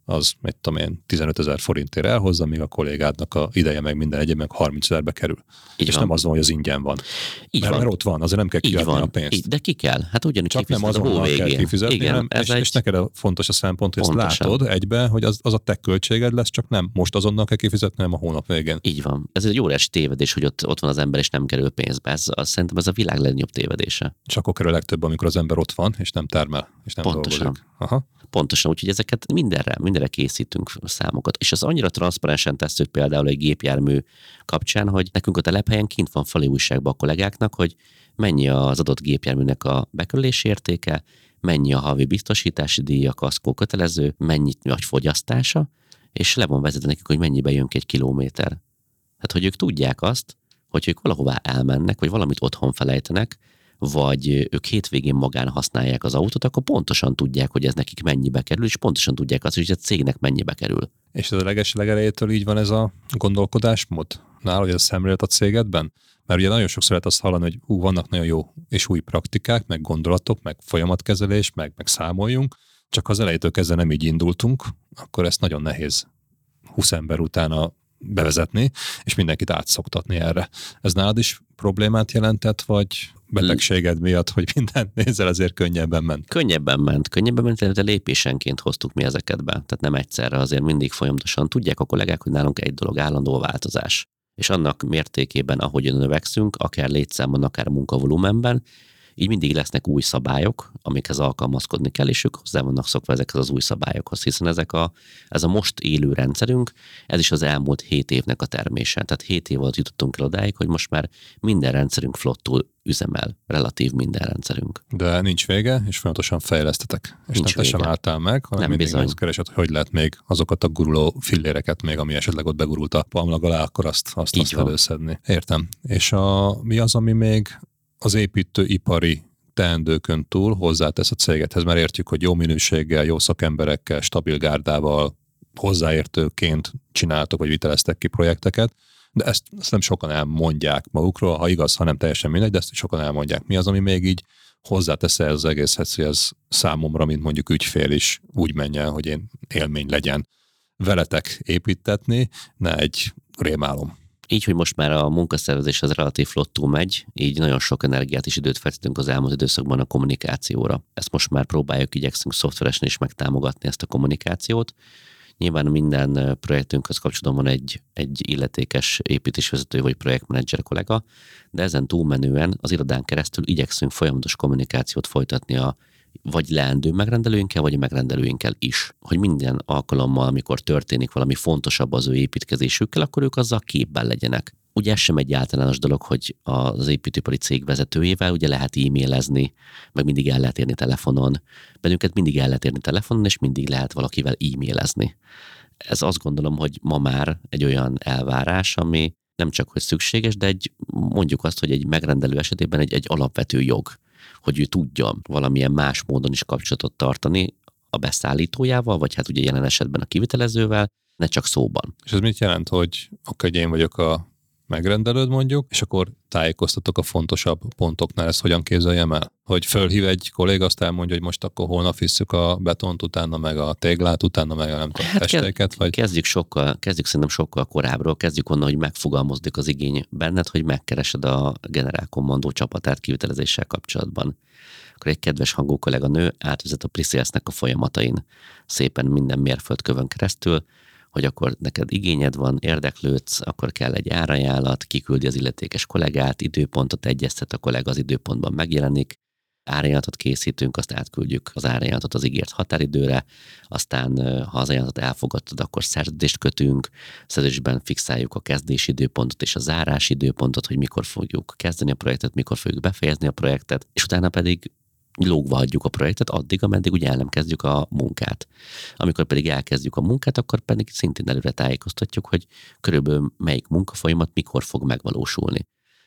az, mit tudom én, 15 000 forintért elhozza, míg a kollégádnak a ideje meg minden egyéb meg 30 000-be kerül. Így és van. nem az van, hogy az ingyen van. Így van. Mert ott van, azért nem kell Így kiadni van. a pénzt. De ki kell. Hát ugyanúgy csak nem kifizeted a hó azonnal kell végén. kifizetni, Igen, hanem, és neked fontos a szempont, hogy Pontosan. ezt látod egybe, hogy az a te költséged lesz, csak nem most azonnal kell kifizetni, hanem a hónap végén. Így van. Ez egy óriási tévedés, hogy ott van az ember, és nem kerül pénzbe. Szerintem ez a világ legnagyobb tévedése. Csak akkor kerül a legtöbb, amikor az ember ott van, és nem termel, és nem Pontosan. dolgozik. Aha. Pontosan, úgyhogy ezeket mindenre készítünk számokat. És az annyira transzparensen tesszük például egy gépjármű kapcsán, hogy nekünk a telephelyen kint van fali újságban a kollégáknak, hogy mennyi az adott gépjárműnek a bekerülési értéke, mennyi a havi biztosítási díja, kaszkó kötelező, mennyi nagy fogyasztása, és le van vezetve nekik, hogy mennyibe jön ki egy kilométer. Tehát, hogy ők tudják azt, hogy ők valahová elmennek, vagy valamit otthon felejtenek, vagy ők hétvégén magán használják az autót, akkor pontosan tudják, hogy ez nekik mennyibe kerül, és pontosan tudják azt, hogy a cégnek mennyibe kerül. És ez a legelejétől így van ez a gondolkodásmód? Nálad, hogy ez szemlélet a cégedben? Mert ugye nagyon sokszor lehet azt hallani, hogy vannak nagyon jó és új praktikák, meg gondolatok, meg folyamatkezelés, meg számoljunk, csak ha az elejétől kezdve nem így indultunk, akkor ezt nagyon nehéz 20 ember utána bevezetni, és mindenkit átszoktatni erre. Ez nálad is problémát jelentett, vagy betegséged miatt, hogy mindent nézzel, azért könnyebben ment? Könnyebben ment, de lépésenként hoztuk mi ezeket be. Tehát nem egyszerre, azért mindig folyamatosan tudják a kollégák, hogy nálunk egy dolog állandó változás. És annak mértékében, ahogyan növekszünk, akár létszámban, akár munkavolumenben, így mindig lesznek új szabályok, amikhez alkalmazkodni kell, és ők hozzá vannak szokva ezekhez az új szabályokhoz, hiszen ez a most élő rendszerünk, ez is az elmúlt 7 évnek a termése. Tehát 7 év alatt jutottunk el odáig, hogy most már minden rendszerünk flottul üzemel, relatív minden rendszerünk. De nincs vége, és folyamatosan fejlesztetek. És Nincs nem te sem vége. álltál meg, hanem Nem, mindig bizony. azt keresed, hogy lehet még azokat a guruló filléreket még, ami esetleg ott begurult a palmlag alá, akkor azt Így van. előszedni. Értem. És mi az, ami még az építőipari teendőkön túl hozzátesz a cégethez, mert értjük, hogy jó minőséggel, jó szakemberekkel, stabil gárdával, hozzáértőként csináltok, vagy viteleztek ki projekteket, de ezt nem sokan elmondják magukról, ha igaz, ha nem teljesen mindegy, de ezt is sokan elmondják. Mi az, ami még így hozzátesz el az egészhez, hogy ez számomra, mint mondjuk ügyfél is úgy menjen, hogy én élmény legyen veletek építetni, ne egy rémálom. Így, hogy most már a munkaszervezés az relatív flottul megy, így nagyon sok energiát és időt fektetünk az elmúlt időszakban a kommunikációra. Ezt most már igyekszünk szoftveresen is megtámogatni ezt a kommunikációt. Nyilván minden projektünkhöz kapcsolatban van egy illetékes építésvezető vagy projektmenedzser kollega, de ezen túlmenően az irodán keresztül igyekszünk folyamatos kommunikációt folytatni vagy leendő megrendelőinkkel, vagy a megrendelőinkkel is. Hogy minden alkalommal, amikor történik valami fontosabb az ő építkezésükkel, akkor ők azzal képben legyenek. Ugye ez sem egy általános dolog, hogy az építőipari cég vezetőjével ugye lehet e-mailezni, meg mindig el lehet érni telefonon. Bennünket mindig el lehet érni telefonon, és mindig lehet valakivel e-mailezni. Ez azt gondolom, hogy ma már egy olyan elvárás, ami nem csak hogy szükséges, de mondjuk azt, hogy egy megrendelő esetében egy alapvető jog, hogy ő tudja valamilyen más módon is kapcsolatot tartani a beszállítójával, vagy hát ugye jelen esetben a kivitelezővel, ne csak szóban. És ez mit jelent, hogy én vagyok a megrendelőd mondjuk, és akkor tájékoztatok a fontosabb pontoknál, ezt hogyan képzeljem el? Hogy fölhív egy kolléga, azt elmondja, hogy most akkor holnap visszük a betont, utána meg a téglát, utána meg a nem tudom, testéket, vagy... Kezdjük szerintem sokkal korábbról, kezdjük onnan, hogy megfogalmazódik az igény benned, hogy megkeresed a Generál Commando csapatát kivitelezéssel kapcsolatban. Akkor egy kedves hangú kolléganő átvezet a pre-salesnek a folyamatain szépen minden mérföldkövön keresztül, hogy akkor neked igényed van, érdeklődsz, akkor kell egy árajánlat, kiküldi az illetékes kollégát, időpontot egyeztet, a kollega az időpontban megjelenik, árajánlatot készítünk, azt átküldjük az árajánlatot az ígért határidőre, aztán ha az ajánlatot elfogadtad, akkor szerződést kötünk, szerződésben fixáljuk a kezdési időpontot és a zárási időpontot, hogy mikor fogjuk kezdeni a projektet, mikor fogjuk befejezni a projektet, és utána pedig lógva hagyjuk a projektet addig, ameddig ugye el nem kezdjük a munkát. Amikor pedig elkezdjük a munkát, akkor pedig szintén előre tájékoztatjuk, hogy körülbelül melyik munkafolyamat mikor fog megvalósulni.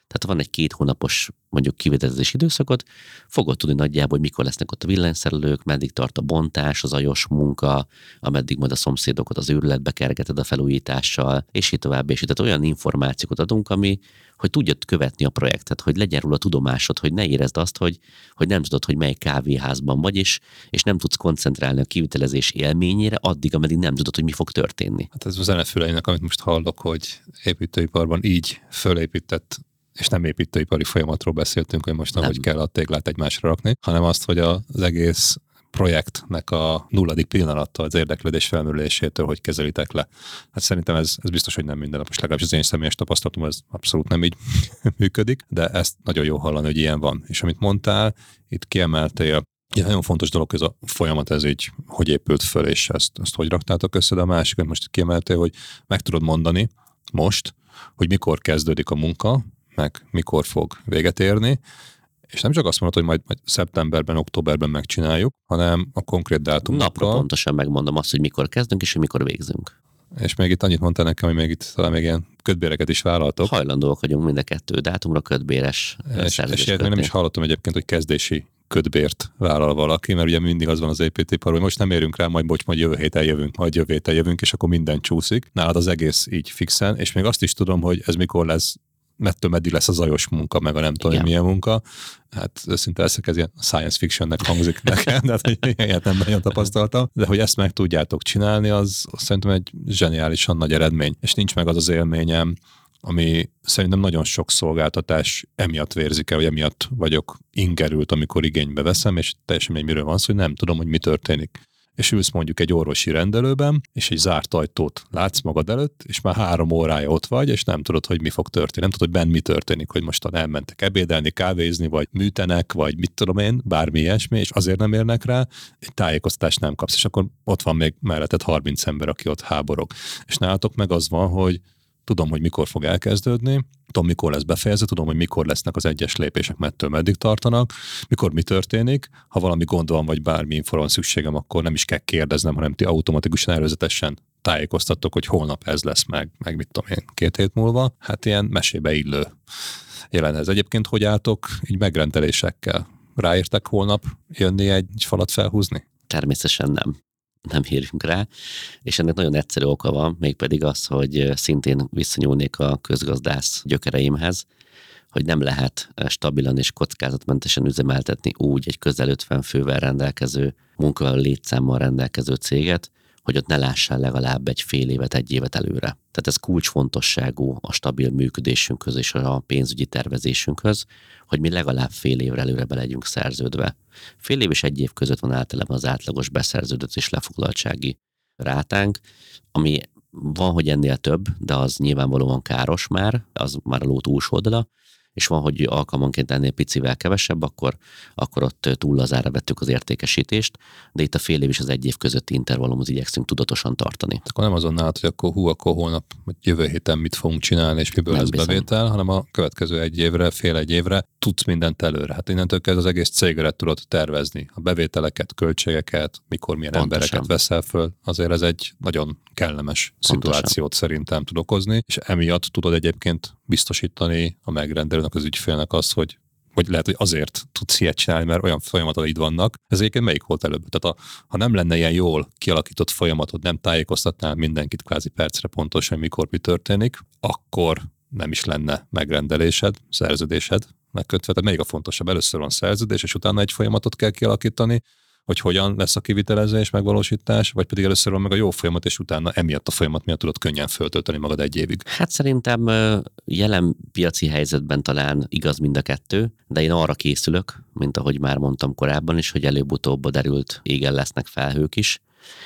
Tehát van egy 2 hónapos mondjuk kivitelezési időszakot, fogod tudni nagyjából, hogy mikor lesznek ott a villanyszerelők, meddig tart a bontás, az ajos munka, ameddig majd a szomszédokat az őrületbe kergeted a felújítással, és így tovább, és így. Tehát olyan információkat adunk, hogy tudjad követni a projektet, hogy legyen róla tudomásod, hogy ne érezd azt, hogy nem tudod, hogy mely kávéházban vagy, és nem tudsz koncentrálni a kivitelezés élményére addig, ameddig nem tudod, hogy mi fog történni. Hát ez a zenefüleinek, amit most hallok, hogy építőiparban így fölépített és nem építőipari folyamatról beszéltünk, hogy most nem, hogy kell a téglát egymásra rakni, hanem azt, hogy az egész projektnek a nulladik pillanattól, az érdeklődés felmerülésétől, hogy kezelitek le. Hát szerintem ez biztos, hogy nem minden nap, most legalábbis az én személyes tapasztalatom, ez abszolút nem így működik, de ezt nagyon jó hallani, hogy ilyen van. És amit mondtál, itt kiemeltél, egy nagyon fontos dolog, hogy ez a folyamat, ez így hogy épült föl, és ezt hogy raktátok össze, de a másikat most kiemeltél, hogy meg tudod mondani most, hogy mikor kezdődik a munka, meg mikor fog véget érni, és nem csak azt mondod, hogy majd szeptemberben, októberben megcsináljuk, hanem a konkrét dátumokkal. Napra pontosan megmondom azt, hogy mikor kezdünk, és hogy mikor végzünk. És még itt annyit mondtál nekem, hogy még itt talán még ilyen kötbéreket is vállaltok. Hajlandóak vagyunk mind a 2 dátumra kötbéres szerződést kötni. És nem is hallottam egyébként, hogy kezdési kötbért vállal valaki, mert ugye mindig az van az építőipar, hogy most nem érünk rá, majd jövő héten jövünk, és akkor minden csúszik. Nálad az egész így fixen, és még azt is tudom, hogy ez mikor lesz, mettől meddig lesz a zajos munka, meg a nem tudom, hogy milyen munka. Hát szinte ez ilyen science fictionnek hangzik nekem, de hogy ilyet nem nagyon tapasztaltam. De hogy ezt meg tudjátok csinálni, az szerintem egy zseniálisan nagy eredmény. És nincs meg az az élményem, ami szerintem nagyon sok szolgáltatás emiatt vérzik el, vagy emiatt vagyok ingerült, amikor igénybe veszem, és teljesen miről van szó, hogy nem tudom, hogy mi történik. És ülsz mondjuk egy orvosi rendelőben, és egy zárt ajtót látsz magad előtt, és már 3 órája ott vagy, és nem tudod, hogy mi fog történni. Nem tudod, hogy benn mi történik, hogy mostan elmentek ebédelni, kávézni, vagy műtenek, vagy mit tudom én, bármi ilyesmi, és azért nem érnek rá, egy tájékoztatást nem kapsz, és akkor ott van még melletted 30 ember, aki ott háborog. És nálatok meg az van, hogy tudom, hogy mikor fog elkezdődni, tudom, mikor lesz befejezve, tudom, hogy mikor lesznek az egyes lépések, mettől meddig tartanak, mikor mi történik, ha valami gond van, vagy bármi info van szükségem, akkor nem is kell kérdeznem, hanem ti automatikusan előzetesen tájékoztattok, hogy holnap ez lesz meg mit tudom én, 2 hét múlva. Hát ilyen mesébe illő jelen ez. Egyébként hogy álltok így megrendelésekkel? Ráértek holnap jönni egy falat felhúzni? Természetesen nem érünk rá, és ennek nagyon egyszerű oka van, mégpedig az, hogy szintén visszanyúlnék a közgazdász gyökereimhez, hogy nem lehet stabilan és kockázatmentesen üzemeltetni úgy egy közel 50 fővel rendelkező, munkavállaló létszámmal rendelkező céget, hogy ott ne lássál legalább egy fél évet, 1 évet előre. Tehát ez kulcsfontosságú a stabil működésünkhöz és a pénzügyi tervezésünkhöz, hogy mi legalább fél évre előre be legyünk szerződve. Fél év és 1 év között van általában az átlagos beszerződött és lefoglaltsági rátánk, ami van, hogy ennél több, de az nyilvánvalóan káros már, az már a ló túlsoldala, és van, hogy alkalmanként ennél picivel kevesebb, akkor ott túl lazára vettük az értékesítést, de itt a fél év és az 1 év közötti intervallumot igyekszünk tudatosan tartani. Akkor nem azon nálad, hogy akkor holnap, vagy jövő héten mit fogunk csinálni, és miből lesz bevétel, hanem a következő 1 évre, fél 1 évre tudsz mindent előre. Hát innentől kezdve az egész cégre tudod tervezni. A bevételeket, költségeket, mikor milyen Pontosan. Embereket veszel föl. Azért ez egy nagyon kellemes szituációt szerintem tud okozni, és emiatt tudod egyébként biztosítani a megrendelőnek, az ügyfélnek azt, hogy lehet, hogy azért tudsz ilyet csinálni, mert olyan folyamataid vannak. Ez egyébként melyik volt előbb? Tehát ha nem lenne ilyen jól kialakított folyamatod, nem tájékoztatnál mindenkit kvázi percre pontosan, mikor mi történik, akkor nem is lenne megrendelésed, szerződésed megkötve. Tehát melyik a fontosabb? Először van szerződés, és utána egy folyamatot kell kialakítani, hogy hogyan lesz a kivitelezés, megvalósítás, vagy pedig először van meg a jó folyamat, és utána emiatt a folyamat miatt tudod könnyen föltölteni magad 1 évig. Hát szerintem jelen piaci helyzetben talán igaz mind a 2, de én arra készülök, mint ahogy már mondtam korábban is, hogy előbb-utóbb derült égen lesznek felhők is,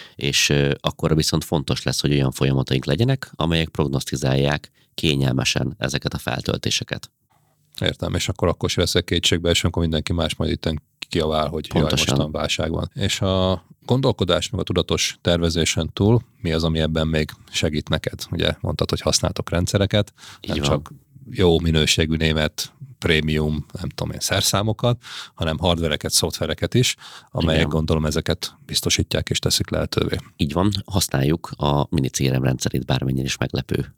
és akkor viszont fontos lesz, hogy olyan folyamataink legyenek, amelyek prognosztizálják kényelmesen ezeket a feltöltéseket. Értem, és akkor se leszek kétségbe, és amikor mindenki más majd itten kiavál, hogy jaj, mostan válság van. És a gondolkodás meg a tudatos tervezésen túl, mi az, ami ebben még segít neked? Ugye mondtad, hogy használtok rendszereket, nem csak jó minőségű német prémium, nem tudom én, szerszámokat, hanem hardvereket, szoftvereket is, amelyek Igen. gondolom ezeket biztosítják és teszik lehetővé. Így van, használjuk a mini CRM rendszerét, bármennyire is meglepő.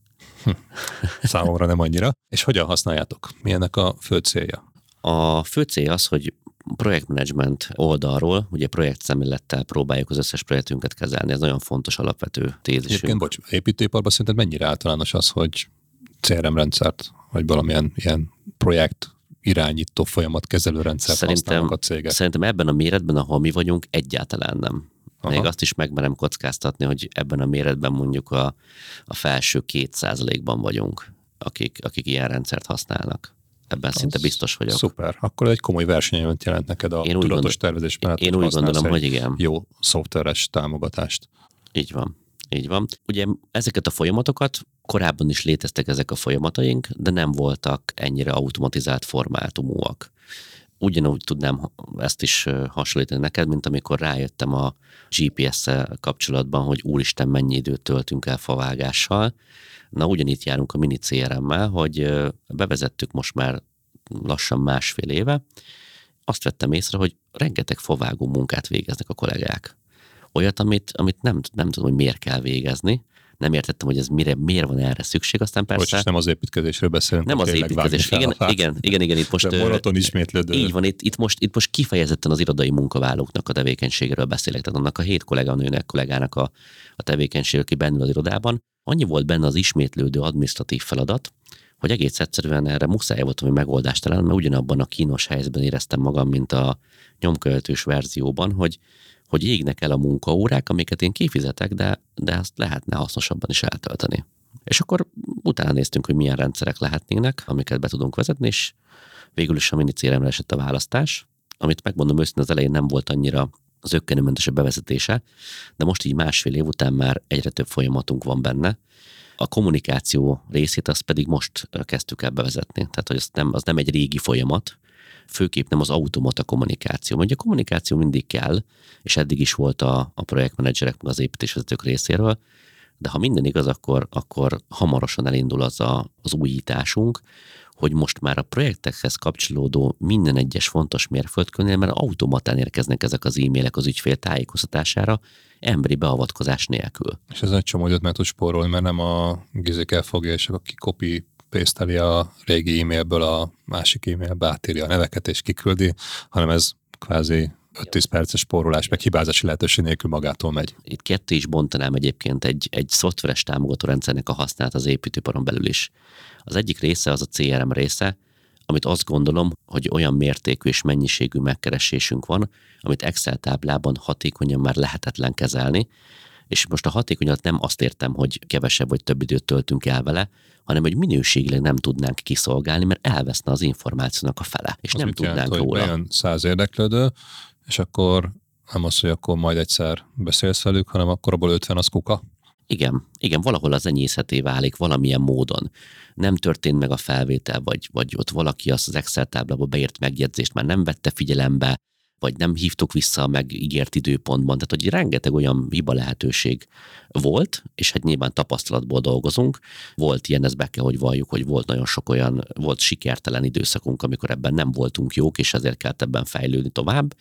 Számomra nem annyira. És hogyan használjátok? Mi ennek a fő célja? A fő cél az, hogy projektmenedzsment oldalról, ugye projektszemélettel próbáljuk az összes projektünket kezelni. Ez nagyon fontos alapvető tézisünk. Egyébként, bocs, építőiparban szerinted mennyire általános az, hogy CRM rendszert, vagy valamilyen ilyen projekt irányító folyamatkezelő rendszert használnak a cégek? Szerintem ebben a méretben, ahol mi vagyunk, egyáltalán nem. Aha. Még azt is megmerem kockáztatni, hogy ebben a méretben mondjuk a felső 2%-ban vagyunk, akik ilyen rendszert használnak. Ebben szinte biztos vagyok. Szuper. Akkor egy komoly versenyelőnyt jelent neked a tudatos tervezés mellett. Én úgy gondolom, hogy igen. Jó szoftveres támogatást. Így van. Így van. Ugye ezeket a folyamatokat, korábban is léteztek ezek a folyamataink, de nem voltak ennyire automatizált formátumúak. Ugyanúgy tudnám ezt is hasonlítani neked, mint amikor rájöttem a GPS-szel kapcsolatban, hogy úristen, mennyi időt töltünk el favágással. Na, ugyanitt járunk a mini CRM-mel, hogy bevezettük most már lassan 1,5 éve. Azt vettem észre, hogy rengeteg favágó munkát végeznek a kollégák. Olyat, amit nem tudom, hogy miért kell végezni. Nem értettem, hogy ez miért van erre szükség, aztán persze... Bocs, nem az építkezésről beszélünk. Nem az építkezés. Igen, itt most... De maraton ismétlődő. Így van, itt most kifejezetten az irodai munkavállalóknak a tevékenységéről beszélek, tehát annak a 7 kollégának a tevékenység, aki bennül az irodában. Annyi volt benne az ismétlődő adminisztratív feladat, hogy egész egyszerűen erre muszáj voltam, hogy megoldást találni, mert ugyanabban a kínos helyzetben éreztem magam, mint a nyomkövetős verzióban, hogy égnek el a munkaórák, amiket én kifizetek, de azt lehetne hasznosabban is eltölteni. És akkor utána néztünk, hogy milyen rendszerek lehetnének, amiket be tudunk vezetni, és végül is a mini CRM-re esett a választás, amit megmondom őszintén, az elején nem volt annyira az ökkenőmentesebb bevezetése, de most így 1,5 év után már egyre több folyamatunk van benne. A kommunikáció részét azt pedig most kezdtük el bevezetni. Tehát, hogy az nem egy régi folyamat, főképp nem az automata kommunikáció. Mondja, a kommunikáció mindig kell, és eddig is volt a projektmenedzserek, meg az építésvezetők részéről, de ha minden igaz, akkor hamarosan elindul az újításunk, hogy most már a projektekhez kapcsolódó minden egyes fontos mérföldkőnél, mert automatán érkeznek ezek az e-mailek az ügyfél tájékoztatására, emberi beavatkozás nélkül. És ez egy csomó időt meg tud spórolni, mert nem a Gizik elfogja, és aki copy paste-eli a régi e-mailből a másik e-mailbe, átírja a neveket és kiküldi, hanem ez kvázi 5-10 perces spórolás, meg hibázási lehetőség nélkül magától megy. Itt ketté is bontanám egyébként egy szoftveres támogató rendszernek a használat az építőiparon belül is. Az egyik része az a CRM része, amit azt gondolom, hogy olyan mértékű és mennyiségű megkeresésünk van, amit Excel táblában hatékonyan már lehetetlen kezelni, és most a hatékonyat nem azt értem, hogy kevesebb vagy több időt töltünk el vele, hanem hogy minőségileg nem tudnánk kiszolgálni, mert elveszne az információnak a fele, és az nem tudnánk róla. Olyan 100 érdeklődő, és akkor nem az, hogy akkor majd egyszer beszélsz velük, hanem akkor abból 50 az kuka. Igen, valahol az enyészheté válik valamilyen módon. Nem történt meg a felvétel, vagy ott valaki azt az Excel táblába beírt megjegyzést már nem vette figyelembe, vagy nem hívtuk vissza a megígért időpontban. Tehát, hogy rengeteg olyan hiba lehetőség volt, és hát nyilván tapasztalatból dolgozunk. Volt ilyen, ez be kell, hogy valljuk, hogy volt nagyon sok olyan, volt sikertelen időszakunk, amikor ebben nem voltunk jók, és ezért kellett ebben fejlődni tovább,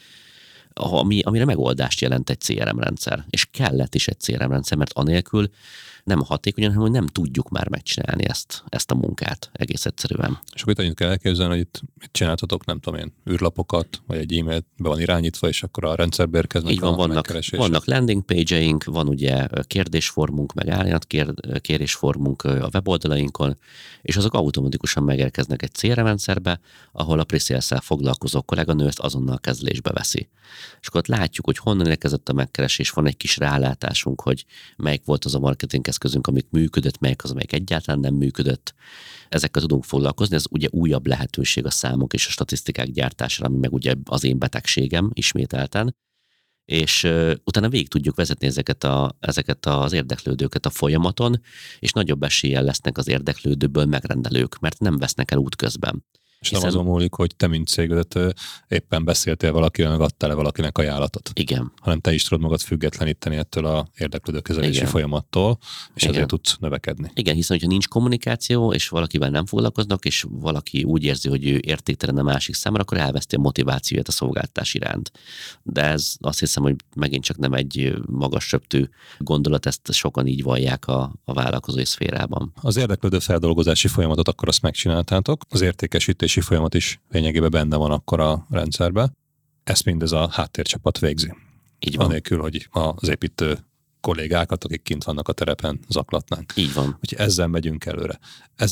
amire megoldást jelent egy CRM rendszer. És kellett is egy CRM rendszer, mert anélkül nem hatékonyan, hanem hogy nem tudjuk már megcsinálni ezt a munkát egész egyszerűen. És akkor itt annyit kell elképzelni, hogy itt csináltatok, nem tudom én, űrlapokat, vagy egy e-mail be van irányítva, és akkor a rendszerbe érkeznek. Így van, vannak landing page-eink, van ugye kérdésformunk, meg kérésformunk a weboldalainkon, és azok automatikusan megérkeznek egy CRM rendszerbe, ahol a pre-sales-szel foglalkozó kolléganő ezt azonnal kezelésbe veszi. És akkor ott látjuk, hogy honnan érkezett a megkeresés, van egy kis rálátásunk, hogy melyik volt az a marketing eszközünk, amik működött, melyik az, amelyik egyáltalán nem működött. Ezekkel tudunk foglalkozni, ez ugye újabb lehetőség a számok és a statisztikák gyártására, ami meg ugye az én betegségem ismételten. És utána végig tudjuk vezetni ezeket az érdeklődőket a folyamaton, és nagyobb eséllyel lesznek az érdeklődőből megrendelők, mert nem vesznek el útközben. És nem azon múlik, hogy te, mint cégedet éppen beszéltél valakivel, meg adtál valakinek ajánlatot. Igen. Hanem te is tudod magad függetleníteni ettől a érdeklődőkezelési folyamattól, és ezért tudsz növekedni. Igen, hiszen hogyha nincs kommunikáció, és valakivel nem foglalkoznak, és valaki úgy érzi, hogy ő értéktelen a másik számára, akkor elveszti a motivációját a szolgáltatás iránt. De ez azt hiszem, hogy megint csak nem egy magas söptű gondolat, ezt sokan így vallják a vállalkozói szférában. Az érdeklődő feldolgozási folyamatot akkor azt megcsináltátok, az értékesítési folyamat is lényegében benne van akkor a rendszerben. Ezt mindez a háttércsapat végzi. Így van. Anélkül, hogy az építő kollégákat, akik kint vannak a terepen, zaklatnánk. Így van. Úgyhogy ezzel megyünk előre.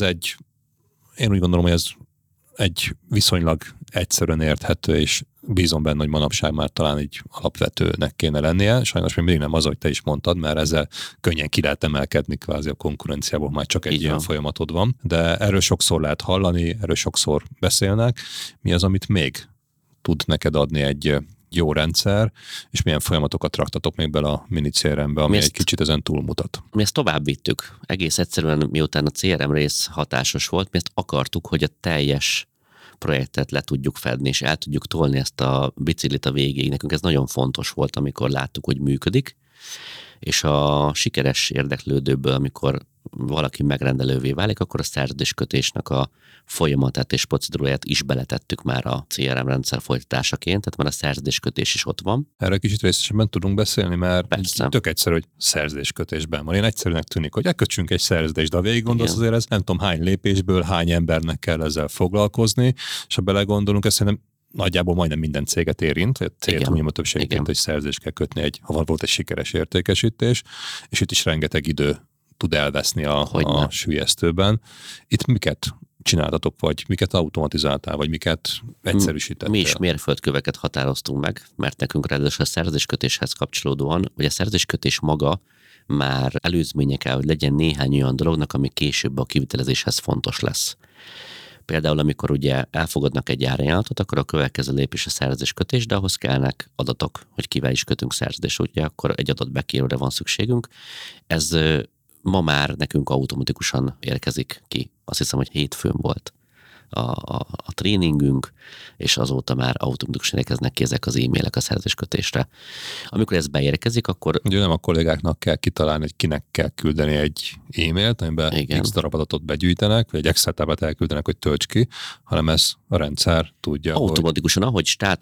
Én úgy gondolom, hogy ez egy viszonylag egyszerűen érthető, és bízom benne, hogy manapság már talán így alapvetőnek kéne lennie. Sajnos még mindig nem az, hogy te is mondtad, mert ezzel könnyen ki lehet emelkedni kvázi a konkurenciából, már csak egy ilyen folyamatod van. De erről sokszor lehet hallani, erről sokszor beszélnek. Mi az, amit még tud neked adni egy jó rendszer, és milyen folyamatokat raktatok még bele a mini CRM-be, ami egy kicsit ezen túlmutat? Mi ezt tovább vittük. Egész egyszerűen, miután a CRM rész hatásos volt, mi ezt akartuk, hogy a teljes projektet le tudjuk fedni, és el tudjuk tolni ezt a biciklit a végéig. Nekünk ez nagyon fontos volt, amikor láttuk, hogy működik, és a sikeres érdeklődőből, amikor valaki megrendelővé válik, akkor a szerződéskötésnek a folyamatát és procedúráját is beletettük már a CRM rendszer folytatásaként, tehát már a szerződéskötés is ott van. Erről kicsit részesebben tudunk beszélni, mert persze. Tök egyszerű, hogy szerződéskötésben van. Én egyszerűnek tűnik, hogy elkötsünk egy szerződést, de ha végig gondolsz, azért ez nem tudom hány lépésből, hány embernek kell ezzel foglalkozni, és ha belegondolunk, ezt szerintem nagyjából majdnem minden céget érint, vagy a céltúlnyomó többségként, hogy szerződést kell kötni, ha volt egy sikeres értékesítés, és itt is rengeteg idő tud elveszni a sülyeztőben. Itt miket csináltatok, vagy miket automatizáltál, vagy miket egyszerűsítettél? Mi is mérföldköveket határoztunk meg, mert nekünk ráadásul a szerződéskötéshez kapcsolódóan, hogy a szerződéskötés maga már előzménye kell, hogy legyen néhány olyan dolognak, ami később a kivitelezéshez fontos lesz. Például, amikor ugye elfogadnak egy árajánlatot, akkor a következő lépés a szerződéskötés, de ahhoz kellnek adatok, hogy kivel is kötünk szerződést, ugye akkor egy adatkérőre van szükségünk. Ez ma már nekünk automatikusan érkezik ki. Azt hiszem, hogy hétfőn volt a tréningünk, és azóta már automatikusan érkeznek ki ezek az e-mailek a szerződéskötésre. Amikor ez beérkezik, akkor... Ugye nem a kollégáknak kell kitalálni, hogy kinek kell küldeni egy e-mailt, amiben X darab adatot begyűjtenek, vagy egy Excel táblát elküldenek, hogy tölts ki, hanem ez a rendszer tudja, automatikusan, ahogy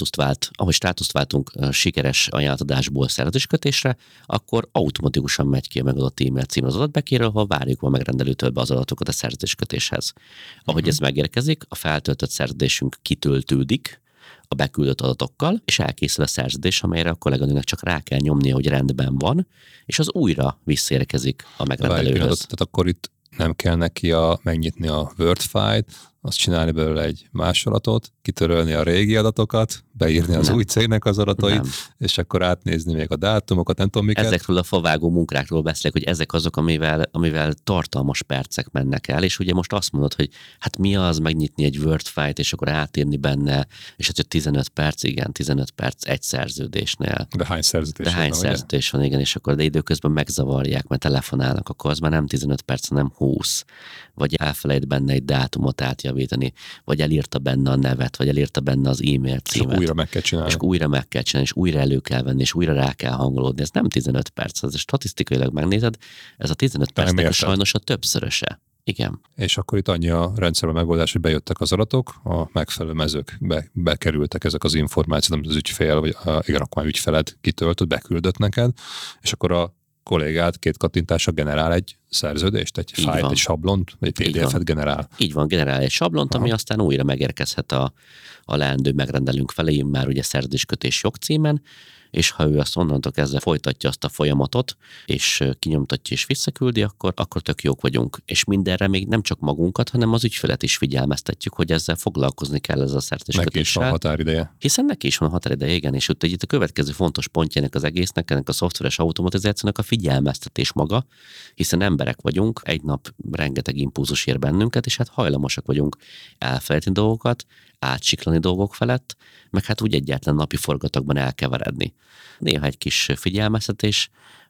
státuszt váltunk sikeres ajánlatadásból szerződéskötésre, akkor automatikusan megy ki a megadott e-mail cím az adatbekérő, ahol várjuk a megrendelőtől be az adatokat a szerződéskötéshez. Ahogy ez megérkezik, a feltöltött szerződésünk kitöltődik a beküldött adatokkal, és elkészül a szerződés, amelyre a kolléganőnek csak rá kell nyomnia, hogy rendben van, és az újra visszaérkezik a megrendelőhöz. Tehát akkor itt nem kell neki megnyitni a Word file-t, azt csinálni belőle egy másolatot, kitörölni a régi adatokat, beírni az új cégnek az adatait, és akkor átnézni még a dátumokat, nem tudom miket. Ezekről a favágó munkákról beszélek, hogy ezek azok, amivel tartalmas percek mennek el, és ugye most azt mondod, hogy hát mi az megnyitni egy Word file-t, és akkor átírni benne, és hát 15 perc, igen, 15 perc egy szerződésnél. De hány szerződés van, igen, és akkor de időközben megzavarják, mert telefonálnak, akkor az már nem 15 perc, hanem 20. Vagy elfelejt benne egy dátumot átjavítani, vagy elírta benne a nevet, vagy elírta benne az e-mail címet. És újra meg kell csinálni. És újra meg kell csinálni, és újra elő kell venni, és újra rá kell hangolódni. Ez nem 15 perc, ez statisztikailag megnézed, ez a 15 percnek sajnos a többszöröse. Igen. És akkor itt annyi a rendszerben megoldás, hogy bejöttek az adatok, a megfelelő mezők bekerültek ezek az információk, amit az ügyfél, vagy igen, akkor már ügyfeled kitöltött, beküldött neked, és akkor a kollégát 2 kattintásra generál egy szerződést, egy fájlt, egy sablont, vagy egy PDF-et generál. Így van, generál egy sablont, ami aztán újra megérkezhet a leendő megrendelünk felé, már ugye szerződéskötés jogcímen, és ha ő azt onnantól kezdve folytatja azt a folyamatot, és kinyomtatja és visszaküldi, akkor tök jók vagyunk. És mindenre még nem csak magunkat, hanem az ügyfelet is figyelmeztetjük, hogy ezzel foglalkozni kell ez a szerződéskötéssel. Neki is van határideje. Hiszen neki is van határideje, igen, és itt a következő fontos pontja ennek az egésznek, ennek a szoftveres automatizációnak a figyelmeztetés maga, hiszen emberek vagyunk, egy nap rengeteg impulzus ér bennünket, és hát hajlamosak vagyunk elfelejteni dolgokat, átsiklani dolgok felett, meg hát úgy egyáltalán napi forgatagban elkeveredni. Néha egy kis figyelmeztetés,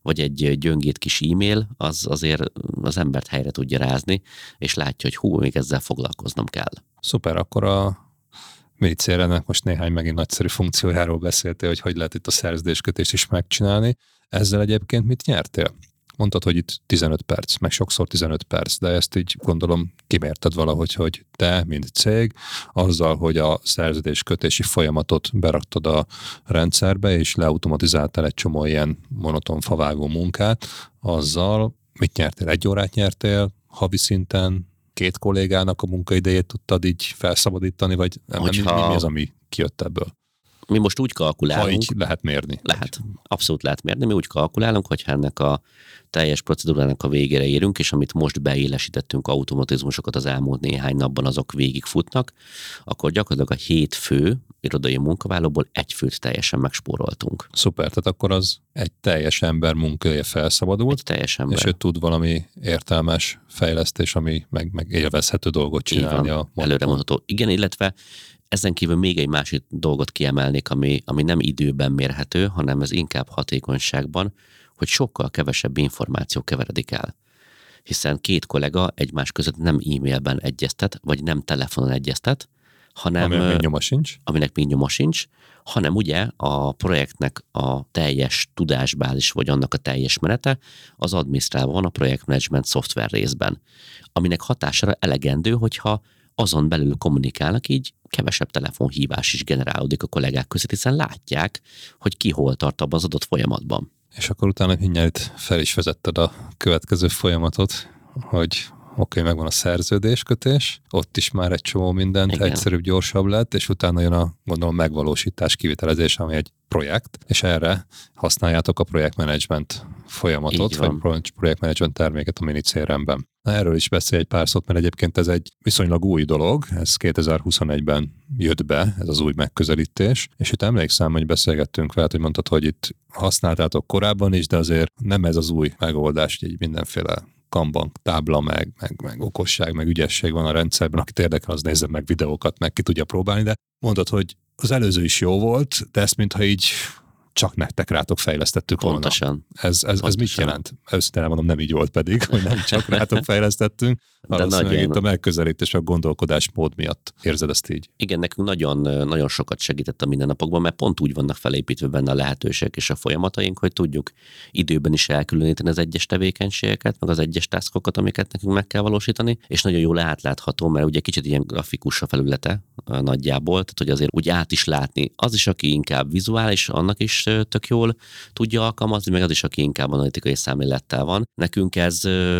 vagy egy gyöngét kis e-mail, az azért az embert helyre tudja rázni, és látja, hogy még ezzel foglalkoznom kell. Szuper, akkor a Minicérennek most néhány megint nagyszerű funkciójáról beszéltél, hogy lehet itt a szerződéskötést is megcsinálni. Ezzel egyébként mit nyertél? Mondtad, hogy itt 15 perc, meg sokszor 15 perc, de ezt így gondolom kimérted valahogy, hogy te, mint cég, azzal, hogy a szerződéskötési folyamatot beraktad a rendszerbe, és leautomatizáltál egy csomó ilyen monoton favágó munkát, azzal mit nyertél? 1 órát nyertél havi szinten? 2 kollégának a munkaidejét tudtad így felszabadítani, vagy mi az, ami kijött ebből? Mi most úgy kalkulálunk... Ha így lehet mérni. Lehet, abszolút lehet mérni. Mi úgy kalkulálunk, hogyha ennek a teljes procedúrának a végére érünk, és amit most beélesítettünk automatizmusokat az elmúlt néhány napban, azok végigfutnak, akkor gyakorlatilag a 7 fő irodai munkavállalóból 1 főt teljesen megspóroltunk. Szuper, tehát akkor az egy teljes ember munkája felszabadult, egy teljes ember. És ő tud valami értelmes fejlesztés, ami meg élvezhető dolgot csinálni. Előremutató. Igen, illetve ezen kívül még egy másik dolgot kiemelnék, ami nem időben mérhető, hanem ez inkább hatékonyságban, hogy sokkal kevesebb információ keveredik el. Hiszen 2 kollega egymás között nem e-mailben egyeztet, vagy nem telefonon egyeztet, hanem... Aminek még nyoma sincs, hanem ugye a projektnek a teljes tudásbázis, vagy annak a teljes menete az adminisztrálva van a projektmenedzsment szoftver részben, aminek hatására elegendő, hogyha azon belül kommunikálnak, így kevesebb telefonhívás is generálódik a kollégák között, hiszen látják, hogy ki hol tart abban az adott folyamatban. És akkor utána mindjárt fel is vezetted a következő folyamatot, hogy oké, megvan a szerződéskötés, ott is már egy csomó mindent, igen, egyszerűbb, gyorsabb lett, és utána jön a, gondolom, megvalósítás, kivitelezés, ami egy projekt, és erre használjátok a projektmenedzsment folyamatot, vagy projektmenedzsment terméket a Minicéremben. Erről is beszélj egy pár szót, mert egyébként ez egy viszonylag új dolog, ez 2021-ben jött be, ez az új megközelítés, és itt emlékszem, hogy beszélgettünk veled, hogy mondtad, hogy itt használtátok korábban is, de azért nem ez az új megoldás, hogy mindenféle Kanban tábla, meg okosság, meg ügyesség van a rendszerben, akit érdekel, az nézze meg videókat, meg ki tudja próbálni, de mondod, hogy az előző is jó volt, de ezt mintha így csak nektek rátok fejlesztettük volna. Pontosan. Ez mit jelent? Őszintén mondom, nem így volt pedig, hogy nem csak rátok fejlesztettünk, valószínűleg itt a megközelítés, a gondolkodásmód miatt érzed ezt így. Igen, nekünk nagyon, nagyon sokat segített a mindennapokban, mert pont úgy vannak felépítve benne a lehetőségek és a folyamataink, hogy tudjuk időben is elkülöníteni az egyes tevékenységeket, meg az egyes taskokat, amiket nekünk meg kell valósítani, és nagyon jól átlátható, mert ugye kicsit ilyen grafikus a felülete nagyjából, tehát hogy azért úgy át is látni. Az is, aki inkább vizuális, annak is tök jól tudja alkalmazni, meg az is, aki inkább analitikai szemlélettel van. Nekünk ez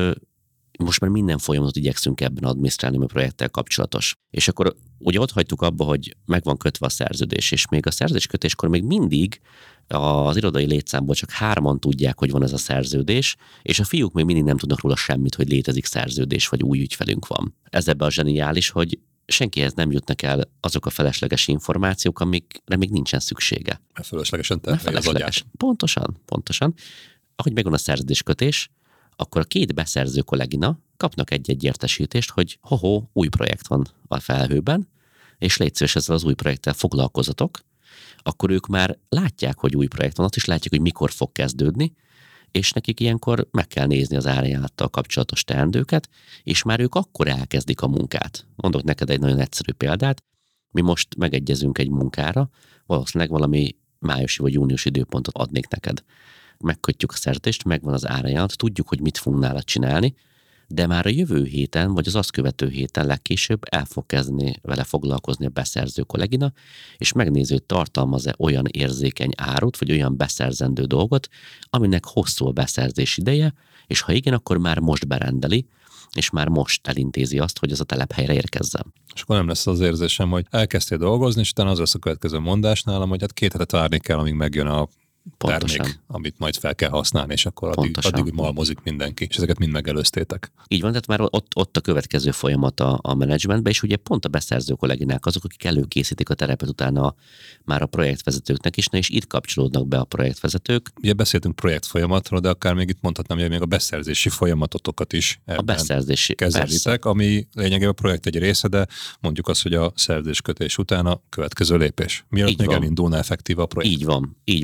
most már minden folyamatot igyekszünk ebben adminisztrálni, a projekttel kapcsolatos. És akkor ugye ott hagytuk abba, hogy meg van kötve a szerződés, és még a szerződéskötéskor még mindig az irodai létszámból csak 3-an tudják, hogy van ez a szerződés, és a fiúk még mindig nem tudnak róla semmit, hogy létezik szerződés, vagy új ügyfelünk van. Ez ebben a zseniális, hogy senkihez nem jutnak el azok a felesleges információk, amikre még nincsen szüksége. Fölöslegesen terhelje az agyát. Pontosan. Ahogy megvan a szerződéskötés, akkor a 2 beszerző kollégina kapnak egy értesítést, hogy új projekt van a felhőben, és légy szíves, ezzel az új projekttel foglalkozatok, akkor ők már látják, hogy új projekt van, azt is látják, hogy mikor fog kezdődni, és nekik ilyenkor meg kell nézni az árajánlattal kapcsolatos teendőket, és már ők akkor elkezdik a munkát. Mondok neked egy nagyon egyszerű példát, mi most megegyezünk egy munkára, valószínűleg valami májusi vagy júniusi időpontot adnék neked. Megkötjük a szerződést, megvan az árajánlat, tudjuk, hogy mit fogunk nála csinálni, de már a jövő héten, vagy az azt követő héten legkésőbb el fog kezdeni vele foglalkozni a beszerző kollégina, és megnézi, hogy tartalmaz-e olyan érzékeny árut, vagy olyan beszerzendő dolgot, aminek hosszú a beszerzés ideje, és ha igen, akkor már most berendeli, és már most elintézi azt, hogy ez a telephelyre érkezzen. És akkor nem lesz az érzésem, hogy elkezdtél dolgozni, és utána az lesz a következő mondás nálam, hogy hát 2 hetet várni kell, amíg megjön a termék, amit majd fel kell használni, és akkor addig malmozik mindenki, és ezeket mind megelőztétek. Így van, tehát már ott a következő folyamat a menedzsmentben, és ugye pont a beszerző kolléginák azok, akik előkészítik a terepet utána már a projektvezetőknek is, és itt kapcsolódnak be a projektvezetők. Ugye beszéltünk projektfolyamatról, de akár még itt mondhatnám, hogy még a beszerzési folyamatotokat is kezelitek, persze, ami lényegében a projekt egy része, de mondjuk azt, hogy a szerződéskötés után a következő lépés. Mielőtt még elindulna effektív a projekt. Így van. És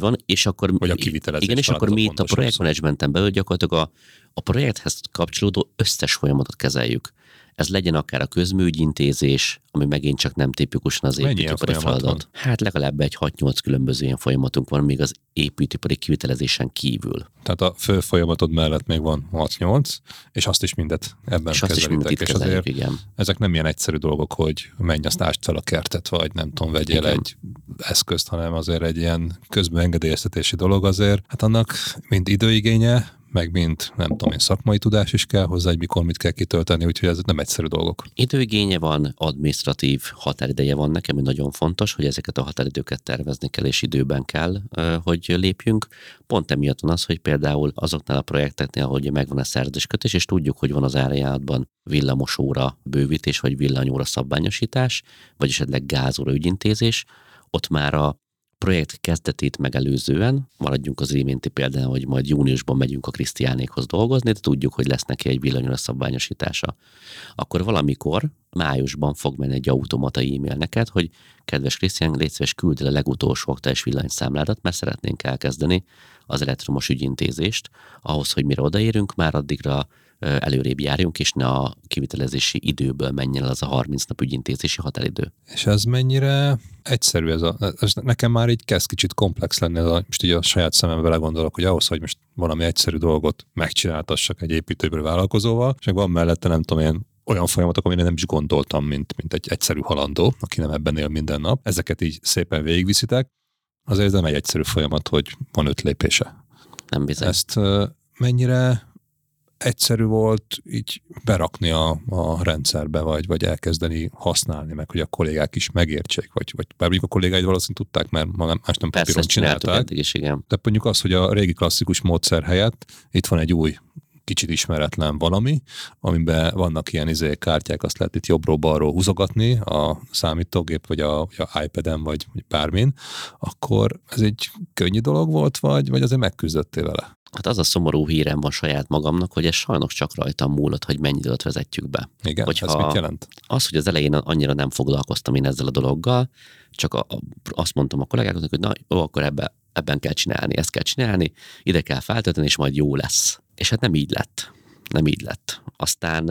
akkor, vagy a kivitelezés. igen, és akkor mi itt a projektmenedzsmenten belül gyakorlatilag a projekthez kapcsolódó összes folyamatot kezeljük. Ez legyen akár a közműügyintézés, ami megint csak nem tipikusan az építőipari feladat. Hát legalább egy 6-8 különböző ilyen folyamatunk van, még az építőipari kivitelezésen kívül. Tehát a fő folyamatod mellett még van 6-8, és azt is mindet ebben kezeljük. És azért igen. Ezek nem ilyen egyszerű dolgok, hogy menj, azt ásd fel a kertet, vagy nem tudom, vegyél egy eszközt, hanem azért egy ilyen közbeengedélyeztetési dolog azért. Hát annak mind időigénye, meg mint, nem tudom én, szakmai tudás is kell hozzá, hogy mikor mit kell kitölteni, úgyhogy ez nem egyszerű dolgok. Időigénye van, adminisztratív határideje van nekem, ami nagyon fontos, hogy ezeket a határidőket tervezni kell, és időben kell, hogy lépjünk. Pont emiatt van az, hogy például azoknál a projekteknél, hogy megvan a szerződéskötés, és tudjuk, hogy van az árajánlatban villamosóra bővítés, vagy villanyóra szabványosítás, vagy esetleg gázóra ügyintézés, ott már a projekt kezdetét megelőzően, maradjunk az iménti példán, hogy majd júniusban megyünk a Krisztiánékhoz dolgozni, de tudjuk, hogy lesz neki egy villanyóra szabványosítása. Akkor valamikor májusban fog menni egy automata e-mail neked, hogy kedves Krisztián, légy szíves, küld el a legutolsó aktuális villanyszámládat, mert szeretnénk elkezdeni az elektromos ügyintézést. Ahhoz, hogy mire odaérünk, már addigra előrébb járjunk, és ne a kivitelezési időből menjen el az a 30 nap ügyintézési határidő. És ez mennyire egyszerű ez nekem már így kezd kicsit komplex lenni, most így a saját szemembe belegondolok, hogy ahhoz, hogy most valami egyszerű dolgot megcsináltassak egy építőipari vállalkozóval, és van mellette nem tudom én olyan folyamatok, amire nem is gondoltam, mint egy egyszerű halandó, aki nem ebben él minden nap. Ezeket így szépen végigviszitek. Azért ez nem egy egyszerű folyamat, hogy van 5 lépése. Nem bizony. Ezt mennyire egyszerű volt így berakni a rendszerbe, vagy elkezdeni használni, meg hogy a kollégák is megértsék, vagy bár mondjuk a kollégáid valószínűleg tudták, mert más nem papíron csinálták. Is, igen. De mondjuk az, hogy a régi klasszikus módszer helyett itt van egy új, kicsit ismeretlen valami, amiben vannak ilyen kártyák, azt lehet itt jobbról-balról húzogatni a számítógép, vagy a iPad-en, vagy bármin, akkor ez egy könnyű dolog volt, vagy azért megküzdöttél vele? Hát az a szomorú hírem van saját magamnak, hogy ez sajnos csak rajtam múlott, hogy mennyi időt vezetjük be. Igen, ez mit jelent? Az, hogy az elején annyira nem foglalkoztam én ezzel a dologgal, csak azt mondtam a kollégáknak, hogy na jó, akkor ebben kell csinálni, ezt kell csinálni, ide kell feltölteni, és majd jó lesz. És hát nem így lett. Nem így lett. Aztán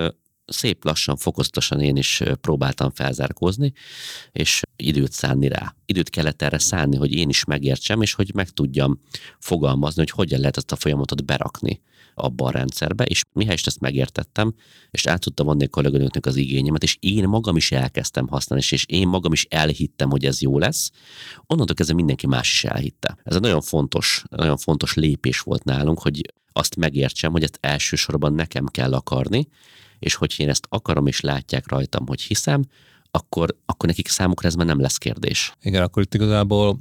szép lassan, fokozatosan én is próbáltam felzárkózni, és időt szánni rá. Időt kellett erre szánni, hogy én is megértsem, és hogy meg tudjam fogalmazni, hogy hogyan lehet ezt a folyamatot berakni abba a rendszerbe, és mihelyest ezt megértettem, és át tudtam adni a kolléganőknek az igényemet, és én magam is elkezdtem használni, és én magam is elhittem, hogy ez jó lesz, onnantól kezdve mindenki más is elhitte. Ez egy nagyon fontos lépés volt nálunk, hogy azt megértsem, hogy ezt elsősorban nekem kell akarni, és hogyha én ezt akarom, és látják rajtam, hogy hiszem, akkor nekik számukra ez már nem lesz kérdés. Igen, akkor itt igazából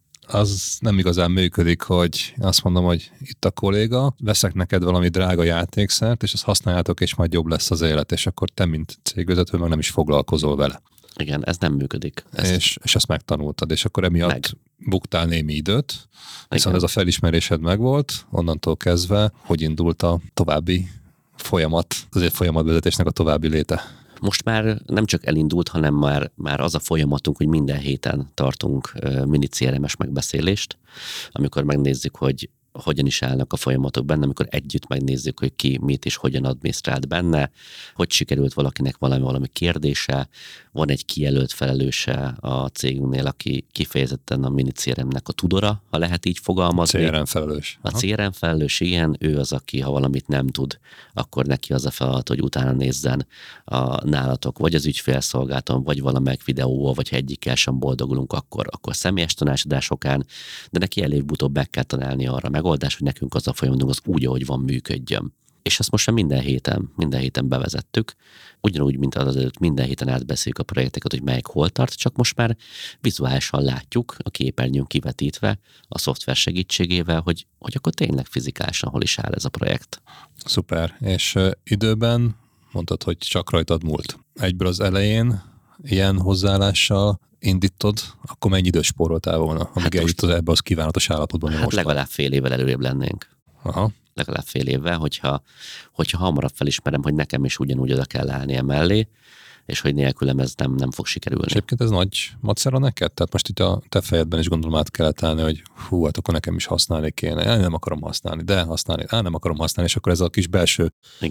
az nem igazán működik, hogy azt mondom, hogy itt a kolléga, veszek neked valami drága játékszert, és azt használjátok, és majd jobb lesz az élet, és akkor te, mint cégvezető, meg nem is foglalkozol vele. Igen, ez nem működik. És ezt megtanultad, és akkor emiatt buktál némi időt, viszont ez a felismerésed megvolt, onnantól kezdve, hogy indult a további folyamat, azért folyamatvezetésnek a további léte. Most már nem csak elindult, hanem már az a folyamatunk, hogy minden héten tartunk mini CRM-es megbeszélést, amikor megnézzük, hogy hogyan is állnak a folyamatok benne, amikor együtt megnézzük, hogy ki mit és hogyan adminisztrált benne, hogy sikerült valakinek valami kérdése, van egy kijelölt felelőse a cégünknél, aki kifejezetten a mini CRM-nek a tudora, ha lehet így fogalmazni. CRM felelős. A CRM felelős, igen, ő az, aki ha valamit nem tud, akkor neki az a feladat, hogy utána nézzen nálatok, vagy az ügyfélszolgálaton, vagy valamelyik videóval, vagy ha egyikkel sem boldogulunk, akkor személyes tanácsadásokán, de neki előbb-utóbb meg kell találni arra megoldás, hogy nekünk az a folyamatunk az úgy, ahogy van, működjön. És ezt most minden héten bevezettük, ugyanúgy, mint az előtt minden héten átbeszéljük a projekteket, hogy melyik hol tart, csak most már vizuálisan látjuk a képernyőn kivetítve a szoftver segítségével, hogy akkor tényleg fizikálisan hol is áll ez a projekt. Szuper, és időben mondtad, hogy csak rajtad múlt. Egyből az elején ilyen hozzáállással indítod, akkor mennyi időt spóroltál volna, amíg eljutod ebbe az kívánatos állapotban, hát legalább fél évvel előrébb lennénk. Aha. Legalább fél évvel, hogyha hamarabb felismerem, hogy nekem is ugyanúgy oda kell állni emellé, és hogy nélkülem ez nem fog sikerülni. És egyébként ez nagy macera neked? Tehát most itt a te fejedben is gondolom át kellett állni, hogy hú, hát akkor nekem is használni kéne. Nem akarom használni, de használni. Nem akarom használni, és akkor ez a kis belső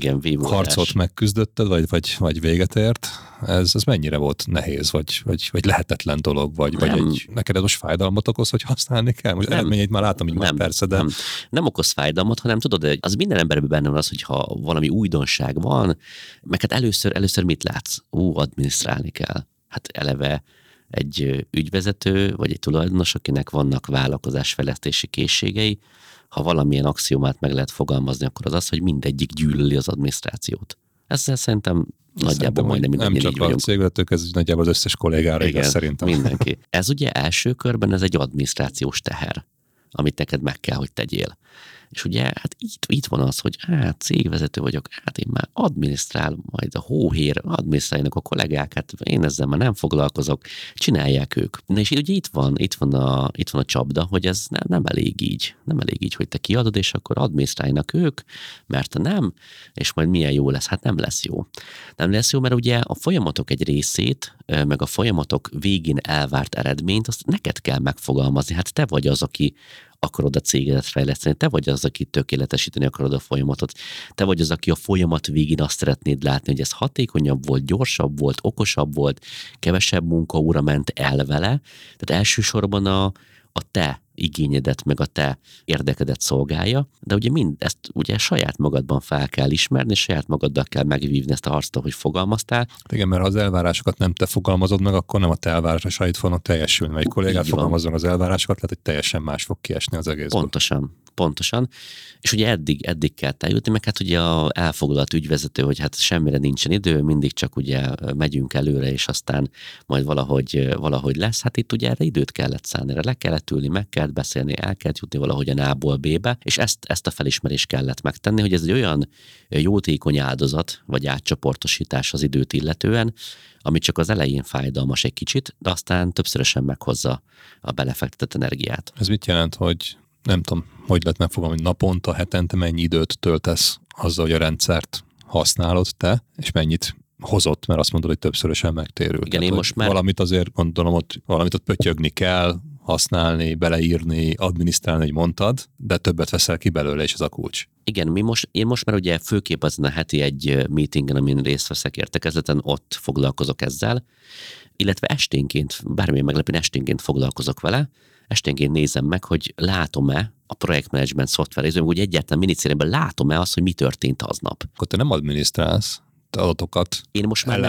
harcot megküzdötted, vagy véget ért. Ez mennyire volt nehéz, vagy lehetetlen dolog, vagy neked ez most fájdalmat okoz, hogy használni kell? Most eredményeit már látom, hogy persze, de... Nem okoz fájdalmat, hanem tudod, az minden emberben benne van az, hogy ha valami újdonság van, meg hát először mit látsz? Adminisztrálni kell. Hát eleve egy ügyvezető, vagy egy tulajdonos, akinek vannak vállalkozásfejlesztési készségei, ha valamilyen axiomát meg lehet fogalmazni, akkor az, hogy mindegyik gyűlöli az adminisztrációt. Ezzel szerintem nagyjából majdnem mindannyian így vagyunk. Nem csak a cégvezetők, ez nagyjából az összes kollégára igaz szerintem. Mindenki. Ez ugye első körben ez egy adminisztrációs teher, amit neked meg kell, hogy tegyél. És ugye hát itt van az, hogy cégvezető vagyok, én már adminisztrálom, majd a hóhér adminisztráljanak a kollégák, hát én ezzel már nem foglalkozok, csinálják ők. És ugye itt van a csapda, hogy ez nem elég így. Nem elég így, hogy te kiadod, és akkor adminisztráljanak ők, mert nem, és majd milyen jó lesz. Hát nem lesz jó. Nem lesz jó, mert ugye a folyamatok egy részét, meg a folyamatok végén elvárt eredményt, azt neked kell megfogalmazni. Hát te vagy az, aki akarod a cégedet fejleszteni, te vagy az, aki tökéletesíteni akarod a folyamatot, te vagy az, aki a folyamat végén azt szeretnéd látni, hogy ez hatékonyabb volt, gyorsabb volt, okosabb volt, kevesebb munkaóra ment el vele, tehát elsősorban a te igényedet, meg a te érdekedet szolgálja, de ugye ezt ugye saját magadban fel kell ismerni, saját magaddal kell megvívni ezt a harcot, hogy fogalmaztál. Igen, mert ha az elvárásokat nem te fogalmazod meg, akkor nem a te elvárásait fognak teljesülni, mert egy kollégát fogalmazzon az elvárásokat, lehet, hogy teljesen más fog kiesni az egészből. Pontosan. És ugye eddig kell eljutni, meg hát ugye a elfoglalt ügyvezető, hogy hát semmire nincsen idő, mindig csak ugye megyünk előre, és aztán majd valahogy lesz. Hát itt ugye erre időt kellett szállni, erre le kellett ülni, meg kellett beszélni, el kellett jutni valahogyan A-ból B-be, és ezt a felismerést kellett megtenni, hogy ez egy olyan jótékony áldozat, vagy átcsoportosítás az időt illetően, ami csak az elején fájdalmas egy kicsit, de aztán többszörösen meghozza a belefektetett energiát. Ez mit jelent, hogy nem tudom, hogy lehet megfogalmazni, hogy naponta, hetente mennyi időt töltesz azzal, hogy a rendszert használod te, és mennyit hozott, mert azt mondod, hogy többszörösen megtérül. Igen, én most már... Valamit azért gondolom, hogy valamit ott pötyögni kell, használni, beleírni, adminisztrálni, hogy mondtad, de többet veszel ki belőle, és ez a kulcs. Igen, én most már ugye főképp azon a heti egy meetingen, amin részt veszek értekezleten, ott foglalkozok ezzel, illetve esténként, bármilyen meglepően esténként foglalkozok vele, esténként nézem meg, hogy látom-e a projektmenedzsment szoftverezőm, hogy egyáltalán minicéremben látom-e azt, hogy mi történt aznap. Akkor te nem adminisztrálsz, te adatokat én most már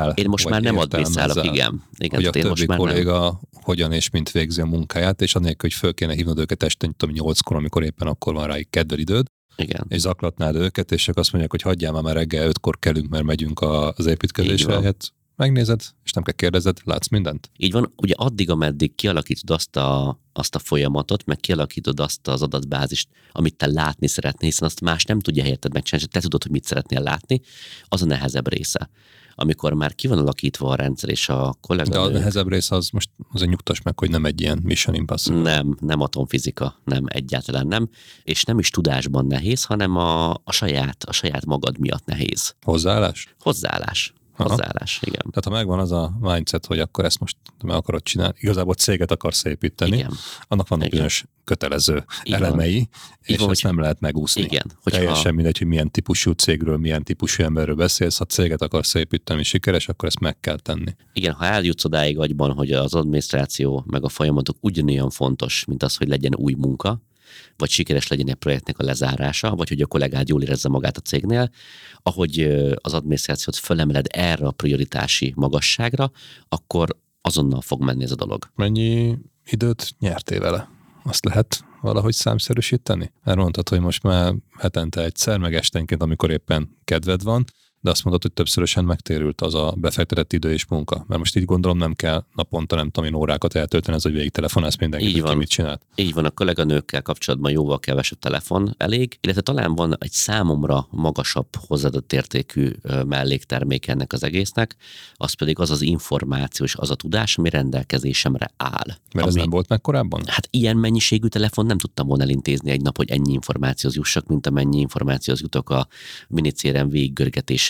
nem adminisztrálok, igen. Hogy a többi kolléga hogyan és mint végzi a munkáját, és annélkül, hogy föl kéne hívnod őket este, nem tudom, 8-kor, amikor éppen akkor van rá kedved időd, igen. És zaklatnád őket, és csak azt mondják, hogy hagyjál már reggel 5-kor kelünk, mert megyünk az építkezésre. Hát megnézed, és nem kell kérdezed, látsz mindent. Így van, ugye addig, ameddig kialakítod azt a folyamatot, meg kialakítod azt az adatbázist, amit te látni szeretnél, hiszen azt más nem tudja helyetted megcsinálni, te tudod, hogy mit szeretnél látni, az a nehezebb része. Amikor már ki van alakítva a rendszer, és a kollega... De a nehezebb része az most azért nyugtass meg, hogy nem egy ilyen Mission Impossible. Nem atomfizika, nem, egyáltalán nem, és nem is tudásban nehéz, hanem a saját magad miatt nehéz. Hozzáállás? Hozzáállás, igen. Tehát ha megvan az a mindset, hogy akkor ezt most meg akarod csinálni, igazából céget akarsz építeni, igen. Annak vannak bizonyos kötelező elemei, és ezt nem lehet megúszni. Igen. Teljesen mindegy, hogy milyen típusú cégről, milyen típusú emberről beszélsz, ha céget akarsz építeni, sikeres, akkor ezt meg kell tenni. Igen, ha eljutsz odáig agyban, hogy az adminisztráció meg a folyamatok ugyanolyan fontos, mint az, hogy legyen új munka, vagy sikeres legyen egy projektnek a lezárása, vagy hogy a kollégád jól érezze magát a cégnél, ahogy az adminisztrációt fölemeled erre a prioritási magasságra, akkor azonnal fog menni ez a dolog. Mennyi időt nyertél vele? Azt lehet valahogy számszerűsíteni? Mert mondtad, hogy most már hetente egyszer, meg esténként, amikor éppen kedved van, de azt mondod, hogy többszörösen megtérült az a befektetett idő és munka. Mert most így gondolom nem kell naponta, nem tudom én órákat eltölteni, az, hogy végig telefonálsz mindenkit, hogy mit csinált. Így van, a kolléganőkkel kapcsolatban jóval kevesebb telefon elég, illetve talán van egy számomra magasabb hozzáadott értékű melléktermék ennek az egésznek, az pedig az az információ és az a tudás, ami rendelkezésemre áll. Mert ez nem volt meg korábban? Hát ilyen mennyiségű telefon nem tudtam volna elintézni egy nap, hogy ennyi információhoz jussak, mint amennyi információhoz jutok a minicérem végiggörgetése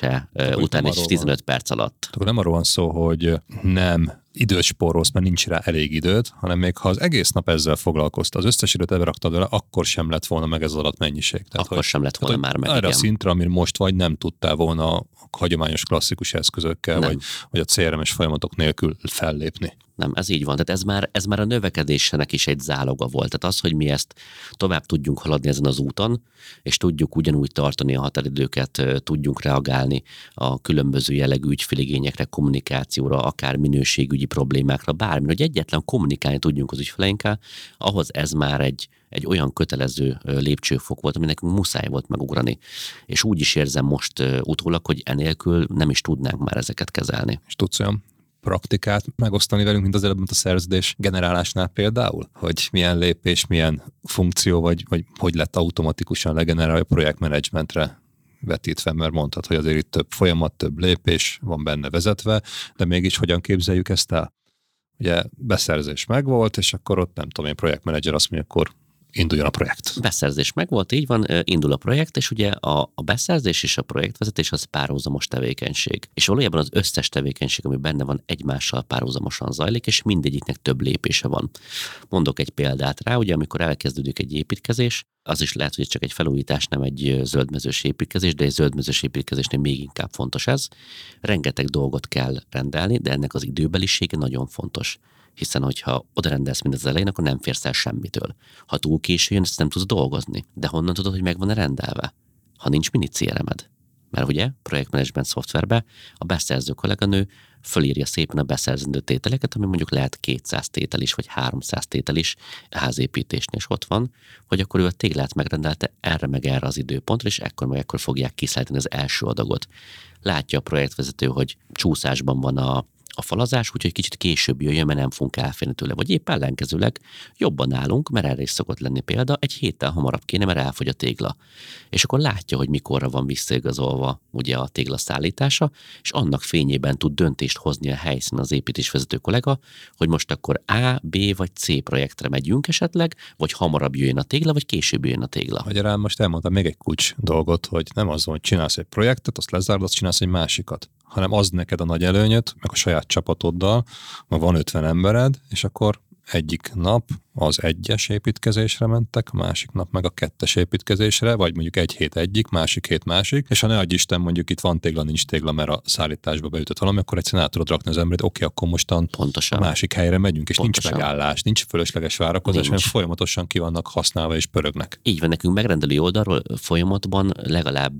építése után egy 15 perc alatt. Akkor nem arról van szó, hogy nem időt spórolsz, mert nincs rá elég időd, hanem még ha az egész nap ezzel foglalkoztál, az összes időt elraktad vele, akkor sem lett volna meg ez az adatmennyiség. Tehát, akkor sem lett volna már meg. Erre a szintre, amire most vagy, nem tudtál volna a hagyományos klasszikus eszközökkel, vagy a CRM-es folyamatok nélkül fellépni. Nem, ez így van. Tehát ez már a növekedésnek is egy záloga volt. Tehát az, hogy mi ezt tovább tudjunk haladni ezen az úton, és tudjuk ugyanúgy tartani a határidőket, tudjunk reagálni a különböző jellegű ügyféligényekre, kommunikációra, akár minőségügyi problémákra, bármi, hogy egyetlen kommunikálni tudjunk az ügyfeleinkkel, ahhoz ez már egy olyan kötelező lépcsőfok volt, ami nekünk muszáj volt megugrani. És úgy is érzem most utólag, hogy enélkül nem is tudnánk már ezeket kezelni. És tudsz olyan praktikát megosztani velünk, mint az előbb, mint a szerződés generálásnál például? Hogy milyen lépés, milyen funkció, vagy hogy lett automatikusan legenerálva a projektmenedzsmentre vetítve, mert mondtad, hogy azért itt több folyamat, több lépés van benne vezetve, de mégis hogyan képzeljük ezt el? Ugye beszerzés megvolt, és akkor ott nem tudom én, projektmenedzser azt mondja, akkor induljon a projekt. Beszerzés megvolt, így van, indul a projekt, és ugye a beszerzés és a projektvezetés az párhuzamos tevékenység. És valójában az összes tevékenység, ami benne van, egymással párhuzamosan zajlik, és mindegyiknek több lépése van. Mondok egy példát rá, ugye amikor elkezdődik egy építkezés, az is lehet, hogy csak egy felújítás, nem egy zöldmezős építkezés, de egy zöldmezős építkezésnél még inkább fontos ez. Rengeteg dolgot kell rendelni, de ennek az időbelisége nagyon fontos. Hiszen, hogyha oda rendelsz mind az elején, akkor nem férsz el semmitől. Ha túl késő jön, ezt nem tudsz dolgozni. De honnan tudod, hogy meg van-e rendelve? Ha nincs mini CRM-ed. Mert ugye, projektmenedzsment szoftverbe a beszerző kolléganő fölírja szépen a beszerzendő tételeket, ami mondjuk lehet 200 tétel is, vagy 300 tétel is házépítésnél, és ott van, hogy akkor ő a téglát megrendelte erre meg erre az időpontra, és ekkor fogják kiszállítani az első adagot. Látja a projektvezető, hogy csúszásban van a falazás, úgyhogy kicsit később jöjjön, mert nem fogunk elférni tőle. Vagy épp ellenkezőleg jobban állunk, mert erre is szokott lenni példa, egy héttel hamarabb kéne, mert elfogy a tégla. És akkor látja, hogy mikorra van visszaigazolva ugye a tégla szállítása, és annak fényében tud döntést hozni a helyszínen az építésvezető kollega, hogy most akkor A, B vagy C projektre megyünk esetleg, vagy hamarabb jöjjön a tégla, vagy később jöjjön a tégla. Magyarán most elmondtam még egy kulcs dolgot, hogy nem az van, hogy csinálsz egy projektet, azt lezárod, azt csinálsz egy másikat, hanem az neked a nagy előnyöt, meg a saját csapatoddal, ma van 50 embered, és akkor egyik nap az 1-es építkezésre mentek, a másik nap meg a 2-es építkezésre, vagy mondjuk egy hét egyik, másik hét másik, és ha ne adj Isten, mondjuk itt van tégla, nincs tégla, mert a szállításba beütött valami, akkor egyszerűen át tudod rakni az embert, oké, akkor mostan Pontosan. a másik helyre megyünk, és Pontosan. nincs megállás, nincs fölösleges várakozás, hanem folyamatosan ki vannak használva és pörögnek. Így van, nekünk megrendelői oldalról folyamatban legalább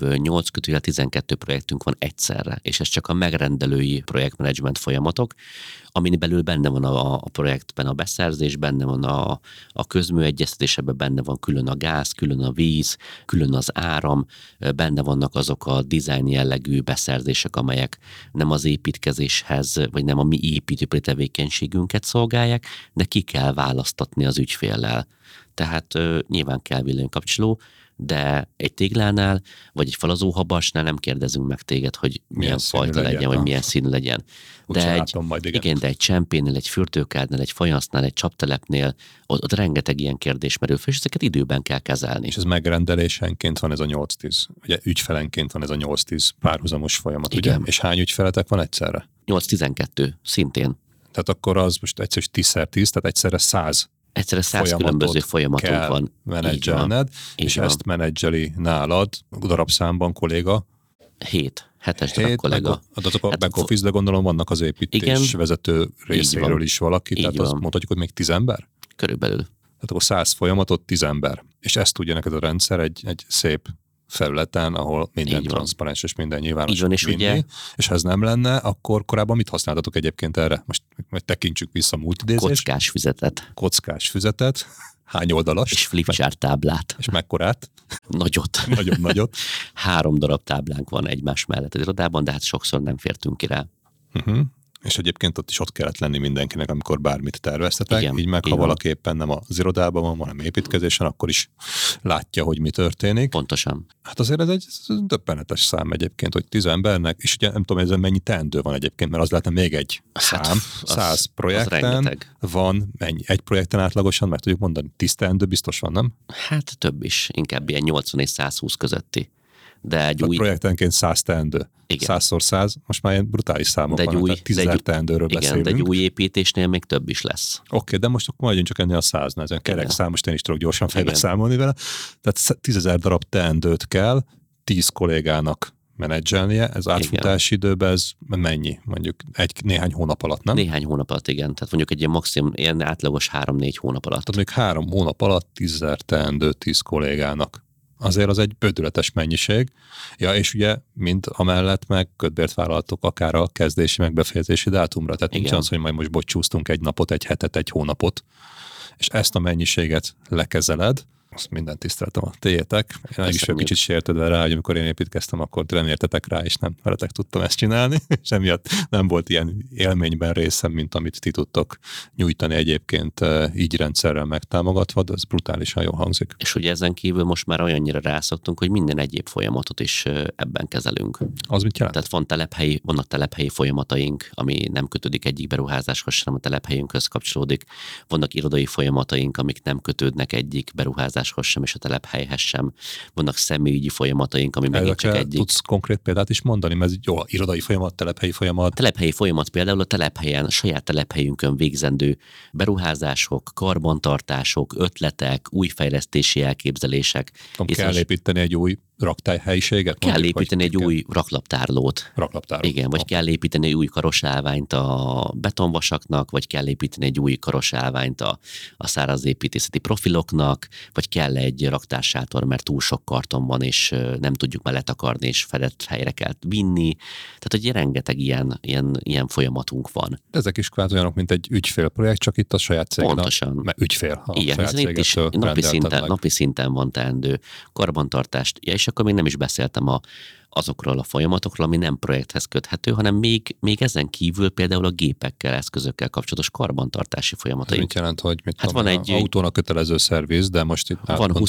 8-12 projektünk van egyszerre, és ez csak a megrendelői projektmenedzsment folyamatok, amin belül benne van a projektben a beszerzés, benne van a közműegyeztetés, ebben benne van külön a gáz, külön a víz, külön az áram, benne vannak azok a design jellegű beszerzések, amelyek nem az építkezéshez, vagy nem a mi építőipari tevékenységünket szolgálják, de ki kell választatni az ügyféllel. Tehát nyilván kell villanykapcsoló, de egy téglánál, vagy egy falazóhabasnál nem kérdezünk meg téged, hogy milyen fajta legyen, vagy milyen színű legyen. De egy csempénél, egy fürdőkádnál, egy fajansznál, egy csaptelepnél, ott rengeteg ilyen kérdés merül fel, és ezeket időben kell kezelni. És ez megrendelésenként van ez a 8-10, ugye ügyfelenként van ez a 8-10 párhuzamos folyamat, igen. Ugye? És hány ügyfeletek van egyszerre? 8-12, szintén. Tehát akkor az most egyszerűen 10x10, tehát egyszerre 100 különböző folyamatunk van. Menedzselned, és van. ezt menedzseli nálad darabszámban kolléga. 7-es darab kollega. Azok a back office, de gondolom vannak az építés vezető részéről is valaki, tehát azt mondhatjuk, hogy még 10 ember? Körülbelül. Tehát akkor 100 folyamatot 10 ember. És ezt tudja neked a rendszer egy szép felületen, ahol minden transzparens és minden nyilvános vinni. És ha ez nem lenne, akkor korábban mit használtatok egyébként erre? Most tekintsük vissza a multidézést. Kockás füzetet. Hány oldalas? És flipchart táblát. És mekkorát? Nagyot. Nagyon nagyot. 3 darab táblánk van egymás mellett az irodában, de hát sokszor nem fértünk ki rá. És egyébként ott kellett lenni mindenkinek, amikor bármit terveztetek. Igen, így meg, ha valaki éppen nem az irodában van, hanem építkezésen, akkor is látja, hogy mi történik. Pontosan. Hát azért ez egy döbbenetes szám egyébként, hogy 10 embernek, és ugye nem tudom, ezen mennyi teendő van egyébként, mert az lehetne még egy szám. 100 projekten van, egy projekten átlagosan, meg tudjuk mondani, 10 teendő biztos van, nem? Hát több is, inkább ilyen 80 és 120 közötti. De egy új... projektenként 100 teendő. 100x100, most már ilyen brutális számok vannak, tehát 10 000 teendőről beszélünk. De egy új építésnél még több is lesz. Oké, de most akkor maradjunk csak ennél a 100-nál, ezen kerek szám, most én is tudok gyorsan fejbe számolni vele. Tehát 10 000 darab teendőt kell 10 kollégának menedzselnie, ez átfutási időben ez mennyi? Mondjuk néhány hónap alatt, nem? Néhány hónap alatt, igen. Tehát mondjuk egy ilyen maximum, ilyen átlagos 3-4 hónap alatt. Tehát még 3 hónap alatt 10 000 teendő 10 kollégának. Azért az egy bődületes mennyiség. Ja, és ugye mind amellett meg kötbért vállaltok akár a kezdési, meg befejezési dátumra. Tehát nincs az, hogy majd most bocsúztunk egy napot, egy hetet, egy hónapot, és ezt a mennyiséget lekezeled, azt minden tiszteltem a tiétek. Én meg is egy kicsit sértődve rá, hogy amikor én építkeztem, akkor nem értetek rá, és nem veletek tudtam ezt csinálni, és emiatt nem volt ilyen élményben részem, mint amit ti tudtok nyújtani egyébként így rendszerrel megtámogatva, de ez brutálisan jól hangzik. És ugye ezen kívül most már olyannyira rászoktunk, hogy minden egyéb folyamatot is ebben kezelünk. Az mit jelent? Tehát vannak telephelyi folyamataink, ami nem kötődik egyik beruházáshoz, hanem a telephelyünkhöz kapcsolódik. Vannak irodai folyamataink, amik nem kötődnek egyik beruházáshoz sem, és a telephelyhez sem. Vannak személyügyi folyamataink, ami megint csak egyik. Tudsz konkrét példát is mondani, mert ez jó, irodai folyamat, telephelyi folyamat. Telephelyi folyamat például a telephelyen, a saját telephelyünkön végzendő beruházások, karbantartások, ötletek, új fejlesztési elképzelések. Kell építeni egy új raktárhelyiséget? Kell építeni egy új raklaptárlót. Igen, vagy kell építeni egy új karosállványt a betonvasaknak, vagy kell építeni egy új karosállványt a száraz építészeti profiloknak, vagy kell egy raktársátor, mert túl sok karton van, és nem tudjuk már letakarni, és fedett helyre kell vinni. Tehát, hogy rengeteg ilyen folyamatunk van. Ezek is kvázi olyanok, mint egy ügyfélprojekt, csak itt a saját cégnek. Pontosan. Mert ügyfél. Igen, ez itt is napi szinten van teendő karbantartást. Ja, és akkor még nem is beszéltem azokról a folyamatokról, ami nem projekthez köthető, hanem még ezen kívül például a gépekkel, eszközökkel kapcsolatos karbantartási folyamatai. Ez mit jelent, hogy van egy autónak kötelező szerviz, de most itt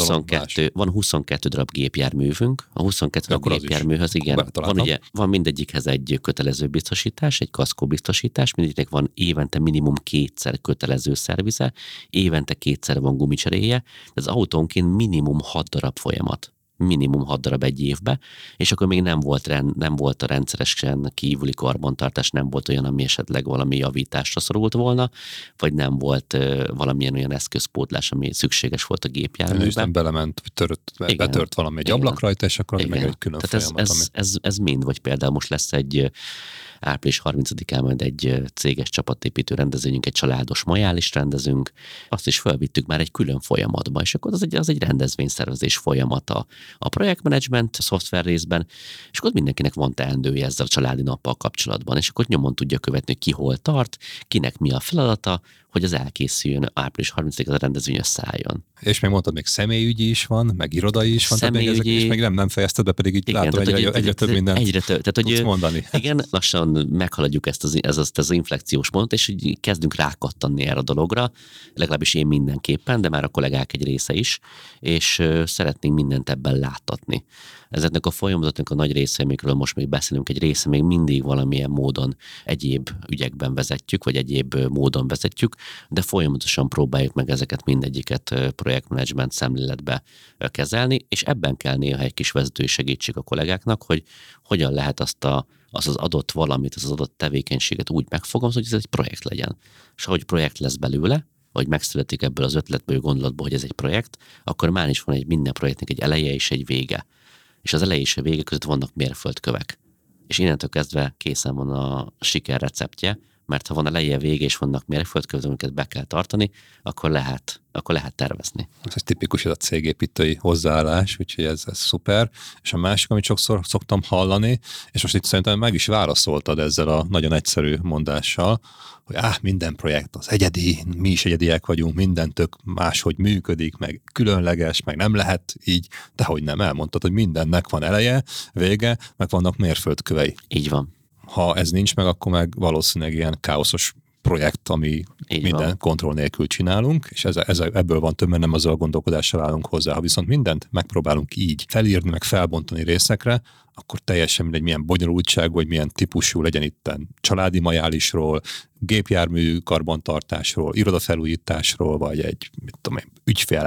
van 22 darab gépjárművünk. A 22 darab gépjárműhöz, igen, van mindegyikhez egy kötelező biztosítás, egy kaszkó biztosítás, mindegyiknek van évente minimum 2-szer kötelező szervize, évente 2-szer van gumicseréje, de az autónként minimum 6 darab folyamat. Minimum 6 darab egy évbe, és akkor még nem volt a rendszeresen kívüli karbantartás, nem volt olyan, ami esetleg valami javításra szorult volna, vagy nem volt valamilyen olyan eszközpótlás, ami szükséges volt a gépjárműben. És nem belement, betört valami egy ablak rajta, és akkor meg egy külön tehát folyamat. Ez mind, vagy például most lesz egy április 30-án majd egy céges csapatépítő rendezvényünk, egy családos majálist rendezünk, azt is felvittük már egy külön folyamatba, és akkor az egy rendezvényszervezés folyamata a projektmenedzsment szoftver részben, és akkor mindenkinek van teendője ezzel a családi nappal kapcsolatban, és akkor nyomon tudja követni, hogy ki hol tart, kinek mi a feladata, hogy az elkészüljön, április 30-ig a rendezvény összeálljon. És még mondtad, még személyügyi is van, meg irodai is van, tehát még ezek, és még nem fejezted be, pedig így látom, egyre több mindent tudsz mondani. Igen, lassan meghaladjuk ezt az inflekciós pontot, és így kezdünk rákattanni erre a dologra, legalábbis én mindenképpen, de már a kollégák egy része is, és szeretnénk mindent ebben láttatni. Ezeknek a folyamatoknak a nagy része, amikről most még beszélünk, egy része még mindig valamilyen módon egyéb ügyekben vezetjük, vagy egyéb módon vezetjük, de folyamatosan próbáljuk meg ezeket mindegyiket projektmenedzsment szemléletbe kezelni, és ebben kell néha egy kis vezetői segítség a kollégáknak, hogy hogyan lehet azt az adott valamit, az adott tevékenységet úgy megfogalmazni, hogy ez egy projekt legyen. És ahogy projekt lesz belőle, vagy megszületik ebből az ötletből, gondolatból, hogy ez egy projekt, akkor már is van minden projektnek egy eleje és egy vége. És az eleje és a vége között vannak mérföldkövek. És innentől kezdve készen van a siker receptje, mert ha van eleje, vége és vannak mérföldkövek, amiket be kell tartani, akkor lehet tervezni. Ez tipikus, ez a cégépítői hozzáállás, úgyhogy ez szuper. És a másik, amit sokszor szoktam hallani, és most itt szerintem meg is válaszoltad ezzel a nagyon egyszerű mondással, hogy minden projekt az egyedi, mi is egyediek vagyunk, minden tök máshogy működik, meg különleges, meg nem lehet így, de hogy nem, elmondtad, hogy mindennek van eleje, vége, meg vannak mérföldkövei. Így van. Ha ez nincs meg, akkor meg valószínűleg ilyen káoszos projekt, ami így minden van. Kontroll nélkül csinálunk, és ebből van több, mert nem azzal a gondolkodással állunk hozzá. Ha viszont mindent megpróbálunk így felírni, meg felbontani részekre, akkor teljesen mindegy, milyen bonyolultság, vagy milyen típusú legyen itten családi majálisról, gépjármű karbantartásról, irodafelújításról, vagy egy ügyféles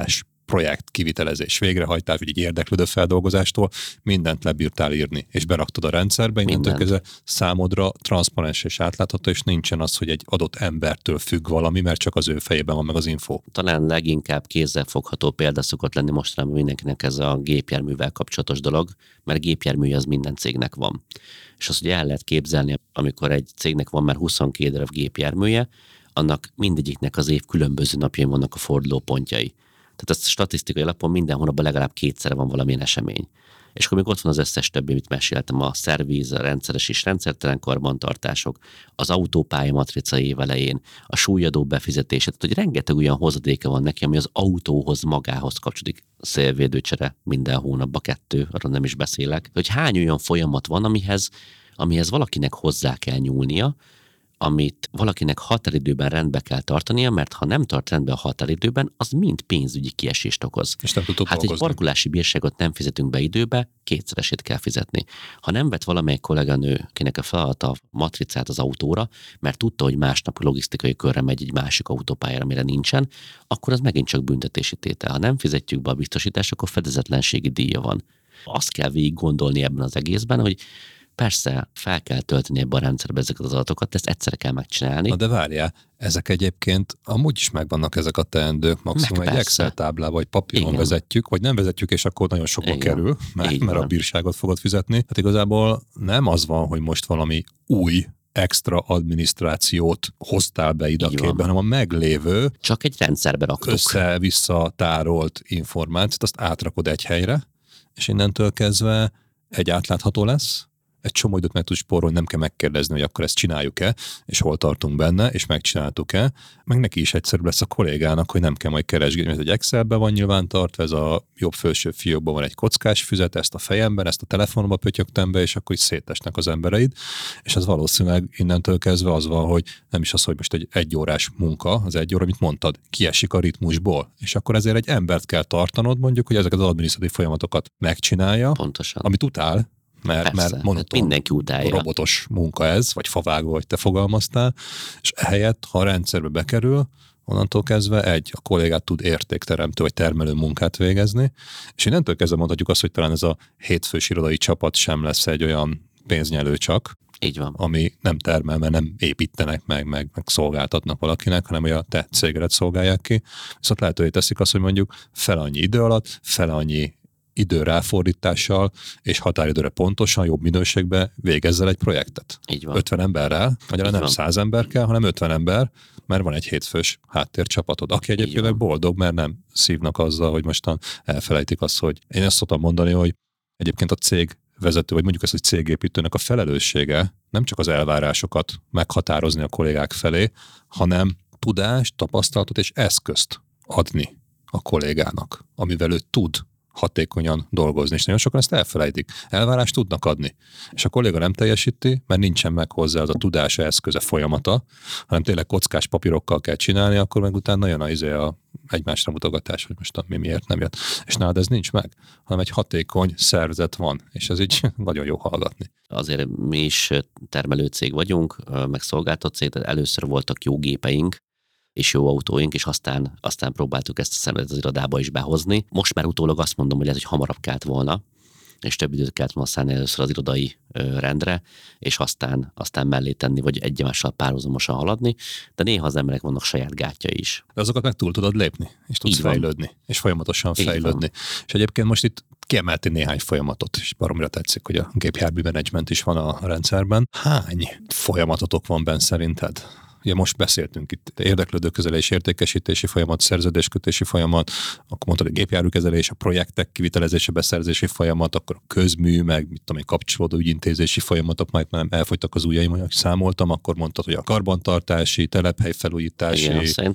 projekt, kivitelezés, végrehajtás, vagy egy érdeklődő feldolgozástól mindent lebírtál írni, és beraktad a rendszerbe, innentől kezdve számodra transzparens és átlátható, és nincsen az, hogy egy adott embertől függ valami, mert csak az ő fejében van meg az info. Talán leginkább kézzelfogható példa szokott lenni mostanában mindenkinek ez a gépjárművel kapcsolatos dolog, mert gépjármű az minden cégnek van. És azt ugye el lehet képzelni, amikor egy cégnek van már 22 darab gépjárműje, annak mindegyiknek az év különböző napjain vannak a fordulópontjai. Tehát a statisztikai alapon minden hónapban legalább kétszer van valamilyen esemény. És akkor még ott van az összes többi, amit meséltem, a szerviz, a rendszeres és rendszertelen karbantartások, az autópálya matrica évelején, a súlyadó befizetése, tehát hogy rengeteg olyan hozadéka van neki, ami az autóhoz magához kapcsolódik. Szélvédőcsere minden hónapban 2, arról nem is beszélek. Hogy hány olyan folyamat van, amihez valakinek hozzá kell nyúlnia, amit valakinek határidőben rendbe kell tartania, mert ha nem tart rendbe a határidőben, az mind pénzügyi kiesést okoz. És nem tudod dolgozni. Egy parkolási bírságot nem fizetünk be időbe, kétszeresét kell fizetni. Ha nem vett valamelyik kolléganő, akinek a feladata a matricát az autóra, mert tudta, hogy másnap logisztikai körre megy egy másik autópályára, amire nincsen, akkor az megint csak büntetési tétel. Ha nem fizetjük be a biztosítást, akkor fedezetlenségi díja van. Azt kell végig gondolni ebben az egészben, hogy persze fel kell tölteni ebbe a rendszerbe ezeket az adatokat, ezt egyszerre kell megcsinálni. Na de várjál, ezek egyébként amúgy is megvannak ezek a teendők, maximum egy Excel táblával vagy papíron vezetjük, vagy nem vezetjük, és akkor nagyon sokba kerül, mert a bírságot fogod fizetni. Hát igazából nem az van, hogy most valami új extra adminisztrációt hoztál be ide a képbe, hanem a meglévő csak egy rendszerbe raktuk. Össze-vissza tárolt információt, azt átrakod egy helyre, és innentől kezdve egy átlátható lesz, egy csomó időt meg tudsz spórolni, nem kell megkérdezni, hogy akkor ezt csináljuk-e, és hol tartunk benne, és megcsináltuk-e. Meg neki is egyszerűbb lesz a kollégának, hogy nem kell majd keresgélni, mert egy Excelben van nyilván tartva, ez a jobb felső fiókban van egy kockás füzet, ezt a fejemben, ezt a telefonomba pötyögtem be, és akkor így szétesnek az embereid, és az valószínűleg innentől kezdve az van, hogy nem is az, hogy most egy órás munka, az egy óra, amit mondtad, kiesik a ritmusból, és akkor ezért egy embert kell tartanod, mondjuk, hogy ezeket az adminisztratív folyamatokat megcsinálja, pontosan. Amit utál, mert monoton, mindenki utálja. Robotos munka ez, vagy favágó, hogy te fogalmaztál, és ehelyett, ha a rendszerbe bekerül, onnantól kezdve a kollégát tud értékteremtő vagy termelő munkát végezni, és innentől kezdve mondhatjuk azt, hogy talán ez a hétfős irodai csapat sem lesz egy olyan pénznyelő csak, így van. Ami nem termel, mert nem építenek meg szolgáltatnak valakinek, hanem hogy a te cégedet szolgálják ki. Viszont lehetővé teszik azt, hogy mondjuk fel annyi idő alatt, fel annyi idő ráfordítással és határidőre pontosan, jobb minőségben végezzel egy projektet. Így van. 50 emberrel, magyarán nem 100 ember kell, hanem 50 ember, mert van egy hétfős háttércsapatod, aki egyébként boldog, mert nem szívnak azzal, hogy mostan elfelejtik azt, hogy én ezt szoktam mondani, hogy egyébként a cég vezető, vagy mondjuk ezt, hogy cégépítőnek a felelőssége nem csak az elvárásokat meghatározni a kollégák felé, hanem tudást, tapasztalatot és eszközt adni a kollégának, amivel ő tud hatékonyan dolgozni, és nagyon sokan ezt elfelejtik. Elvárást tudnak adni. És a kolléga nem teljesíti, mert nincsen meg hozzá az a tudása, eszköze, folyamata, hanem tényleg kockás papírokkal kell csinálni, akkor meg utána jön a egymásra mutogatás, hogy most mi miért nem jött. És nálad ez nincs meg, hanem egy hatékony szervezet van, és ez így nagyon jó hallgatni. Azért mi is termelő cég vagyunk, meg szolgáltató cég, tehát először voltak jó gépeink, és jó autóink, és aztán próbáltuk ezt a szemletet az irodába is behozni. Most már utólag azt mondom, hogy lehet, hogy hamarabb kellett volna, és több időt kellett volna szállni először az irodai rendre, és aztán mellé tenni, vagy egymással párhuzamosan haladni, de néha az emberek vannak saját gátja is. De azokat meg túl tudod lépni, és tudsz fejlődni, és folyamatosan fejlődni. És egyébként most itt kiemelti néhány folyamatot, és baromira tetszik, hogy a gépjármű menedzsment is van a rendszerben. Hány folyamatotok van benne szerinted? Ugye most beszéltünk itt érdeklődőkezelés, értékesítési folyamat, szerződéskötési folyamat, akkor mondtad, hogy gépjárműkezelés, a projektek kivitelezése, beszerzési folyamat, akkor a közmű, meg mit tudom én, kapcsolódó ügyintézési folyamatok, majd már elfogytak az ujjaim, hogy számoltam, akkor mondtad, hogy a karbantartási, telephelyfelújítási,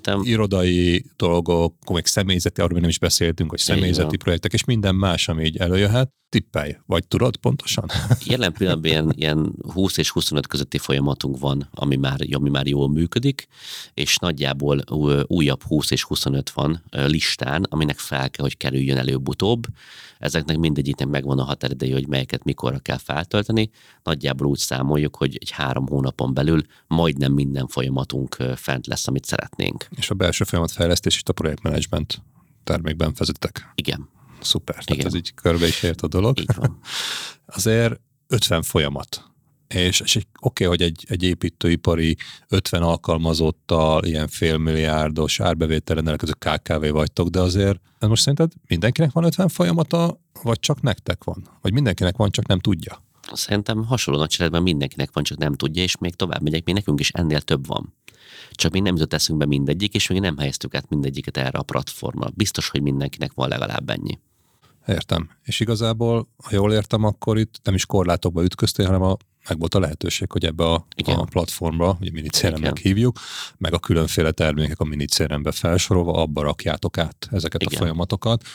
irodai dolgok, akkor még személyzeti, arról nem is beszéltünk, hogy személyzeti projektek, és minden más, ami így előjöhet. Tippelj, vagy tudod pontosan? Jelen pillanatban ilyen 20 és 25 közötti folyamatunk van, ami már jól működik, és nagyjából újabb 20 és 25 van listán, aminek fel kell, hogy kerüljön előbb-utóbb. Ezeknek mindegyiknek megvan a határideje, hogy melyeket mikorra kell feltölteni. Nagyjából úgy számoljuk, hogy egy 3 hónapon belül majdnem minden folyamatunk fent lesz, amit szeretnénk. És a belső folyamatfejlesztés és a projektmenedzsment termékben vezetek. Igen. Szuper, tehát Igen. ez így körbe is ért a dolog. Így van. Azért 50 folyamat. És oké, hogy egy építőipari 50 alkalmazottal, ilyen félmilliárdos árbevételre rendelkező KKV vagytok, de azért most szerinted mindenkinek van 50 folyamata, vagy csak nektek van? Vagy mindenkinek van, csak nem tudja? Szerintem hasonló nagyságrendben mindenkinek van, csak nem tudja, és még tovább megyek, még nekünk is ennél több van. Csak még nem jutott eszünkbe mindegyik, és még nem helyeztük át mindegyiket erre a platformra. Biztos, hogy mindenkinek van legalább ennyi. Értem. És igazából, ha jól értem, akkor itt nem is korlátokba ütköztél, hanem meg volt a lehetőség, hogy ebbe a platformba, ugye minicéremnek hívjuk, meg a különféle termékek a minicérembe felsorolva, abba rakjátok át ezeket a folyamatokat.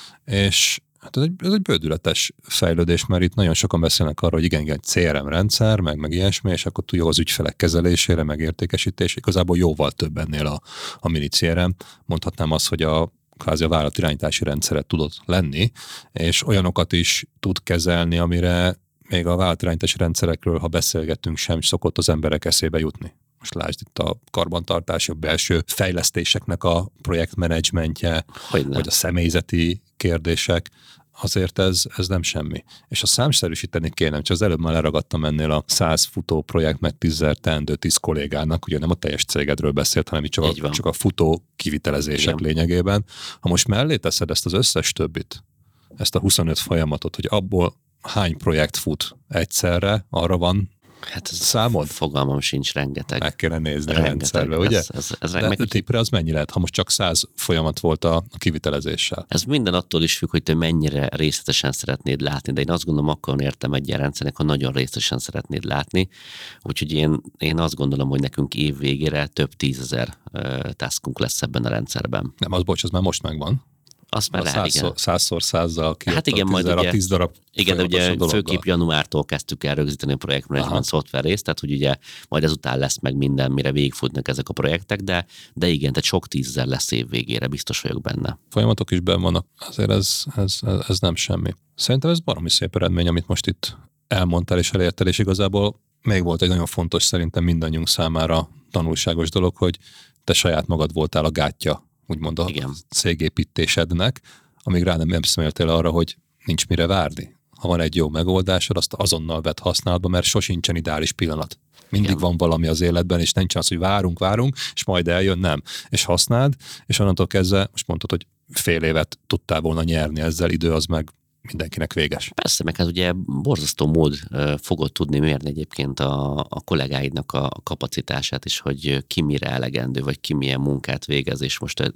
És hát ez egy bődületes fejlődés, mert itt nagyon sokan beszélnek arról, hogy igen, egy CRM rendszer, meg ilyesmi, és akkor jó az ügyfelek kezelésére, meg értékesítés, igazából jóval több ennél a mini CRM. Mondhatnám azt, hogy kvázi a vállalatirányítási rendszeret tudott lenni, és olyanokat is tud kezelni, amire még a vállalatirányítási rendszerekről, ha beszélgetünk, sem szokott az emberek eszébe jutni. Most lásd itt a karbantartási, a belső fejlesztéseknek a projektmenedzsmentje, vagy a személyzeti kérdések, azért ez nem semmi. És a számszerűsíteni kéne, csak az előbb már leragadtam ennél a 100 futó projekt, meg 10 teendő 10 kollégának, ugye nem a teljes cégedről beszélt, hanem csak a futó kivitelezések lényegében. Ha most mellé teszed ezt az összes többit, ezt a 25 folyamatot, hogy abból hány projekt fut egyszerre, arra van számod? Fogalmam sincs, rengeteg. Meg kéne nézni a rendszerbe, ugye? De tippre az mennyi lehet, ha most csak 100 folyamat volt a kivitelezéssel? Ez minden attól is függ, hogy te mennyire részletesen szeretnéd látni, de én azt gondolom, akkor értem egy ilyen rendszernek, ha nagyon részletesen szeretnéd látni. Úgyhogy én azt gondolom, hogy nekünk év végére több 10 000 taskunk lesz ebben a rendszerben. Nem, az már most megvan. Azt már lehet, igen. 100x100-zal ki hát igen, majd ugye, 10 darab. Igen, de ugye főképp januártól kezdtük el rögzíteni a projektmenedzsment szoftver részt, tehát hogy ugye majd ezután lesz meg minden, mire végigfutnak ezek a projektek, de igen, tehát sok 10 000 lesz év végére, biztos vagyok benne. Folyamatok is benn vannak, azért ez nem semmi. Szerintem ez baromi szép eredmény, amit most itt elmondtál és elértél, és igazából még volt egy nagyon fontos, szerintem mindannyiunk számára tanulságos dolog, hogy te saját magad voltál a gátja, úgymond a cégépítésednek, amíg rá nem személtél arra, hogy nincs mire várni. Ha van egy jó megoldásod, azt azonnal vedd használatba, mert sosincsen ideális pillanat. Mindig van valami az életben, és nincs az, hogy várunk, és majd eljön, nem. És használd, és onnantól kezdve, most mondtad, hogy fél évet tudtál volna nyerni ezzel, idő az meg mindenkinek véges. Persze, meg hát ugye borzasztó mód fogod tudni mérni egyébként a kollégáidnak a kapacitását is, hogy ki mire elegendő, vagy ki milyen munkát végez, és most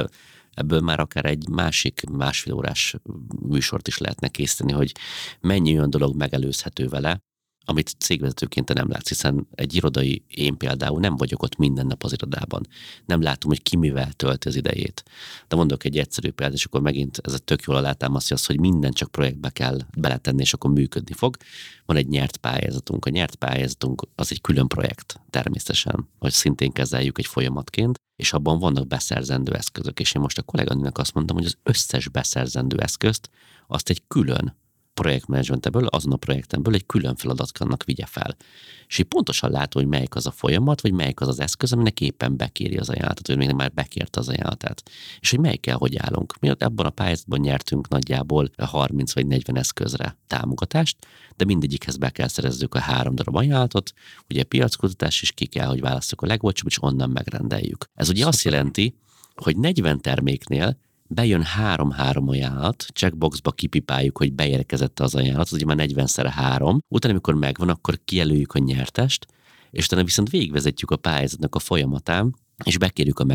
ebből már akár egy másfél órás műsort is lehetne készíteni, hogy mennyi olyan dolog megelőzhető vele, amit cégvezetőként te nem látsz, hiszen egy irodai, én például nem vagyok ott minden nap az irodában. Nem látom, hogy ki mivel tölti az idejét. De mondok egy egyszerű példát, és akkor megint ez tök jól alátámasztja azt, hogy minden csak projektbe kell beletenni, és akkor működni fog. Van egy nyert pályázatunk. A nyert pályázatunk az egy külön projekt, természetesen, hogy szintén kezeljük egy folyamatként, és abban vannak beszerzendő eszközök. És én most a kolléganőnek azt mondtam, hogy az összes beszerzendő eszközt azt egy külön projektmenedzsmentből, azon a projektemből egy külön feladatkannak vigye fel. És így pontosan látom, hogy melyik az a folyamat, vagy melyik az az eszköz, aminek éppen bekéri az ajánlatot, vagy még már bekérte az ajánlatát. És hogy melyikkel hogy állunk. Mi ebben a pályázatban nyertünk nagyjából 30 vagy 40 eszközre támogatást, de mindegyikhez be kell szerezzük a 3 darab ajánlatot, ugye piackutatás is ki kell, hogy válasszuk a legolcsóbb, és onnan megrendeljük. Ez ugye azt jelenti, hogy 40 terméknél bejön 3 ajánlat, checkboxba kipipáljuk, hogy beérkezett az ajánlat, az ugye már 40x3, utána amikor megvan, akkor kijelöljük a nyertest, és utána viszont végigvezetjük a pályázatnak a folyamatán, és bekérjük a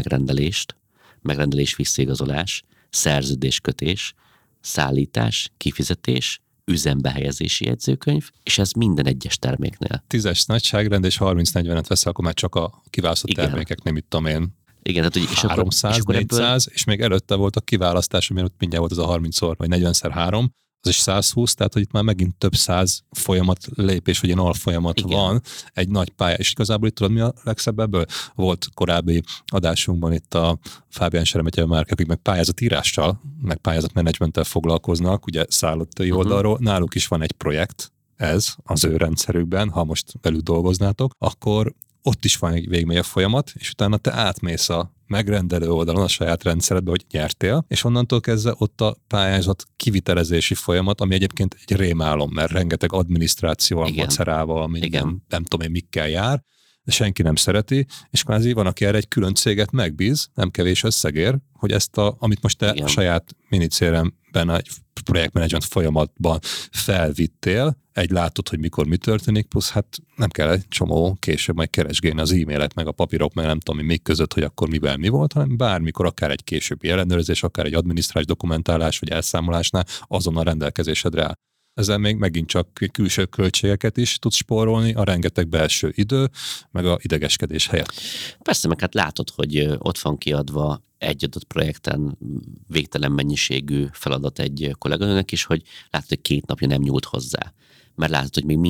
megrendelés visszaigazolás, szerződéskötés, szállítás, kifizetés, üzembehelyezési jegyzőkönyv, és ez minden egyes terméknél. 10-es nagyságrend és 30-40-et veszel, akkor már csak a kiválasztott termékek, nem itt tudom én. Igen, tehát, hogy 300, 400, és még előtte volt a kiválasztás, ami ott mindjárt volt az a 30-szor, vagy 40x3, az is 120, tehát hogy itt már megint több 100 folyamat lépés, vagy ilyen alfolyamat van, egy nagy pálya. És igazából itt tudod, mi a legszebb ebből? Volt korábbi adásunkban itt a Fábián Seremetje Márk, akik meg pályázatírással, meg pályázatmenedzsmenttel foglalkoznak, ugye szállítói oldalról, náluk is van egy projekt, ez az ő rendszerükben, ha most velük dolgoznátok, akkor ott is van végigmegy a folyamat, és utána te átmész a megrendelő oldalon a saját rendszeredbe, hogy nyertél, és onnantól kezdve ott a pályázat kivitelezési folyamat, ami egyébként egy rémálom, mert rengeteg adminisztrációval, macerával, minden, nem tudom én mikkel jár, de senki nem szereti, és kvázi van, aki erre egy külön céget megbíz, nem kevés összegér, hogy ezt amit most te a saját minicéremben egy projektmenedzsment folyamatban felvittél, látod, hogy mikor mi történik, plusz hát nem kell egy csomó később majd keresgélni az e-mailek, meg a papírok, meg nem tudom még között, hogy akkor mivel mi volt, hanem bármikor, akár egy későbbi ellenőrzés, akár egy adminisztrális dokumentálás, vagy elszámolásnál azonnal rendelkezésedre áll. Ezzel még megint csak külső költségeket is tudsz spórolni, a rengeteg belső idő, meg a idegeskedés helyett. Persze, meg hát látod, hogy ott van kiadva egy adott projekten végtelen mennyiségű feladat egy kolléganőnek is, hogy látod, hogy 2 napja nem nyúlt hozzá. Mert látod, hogy még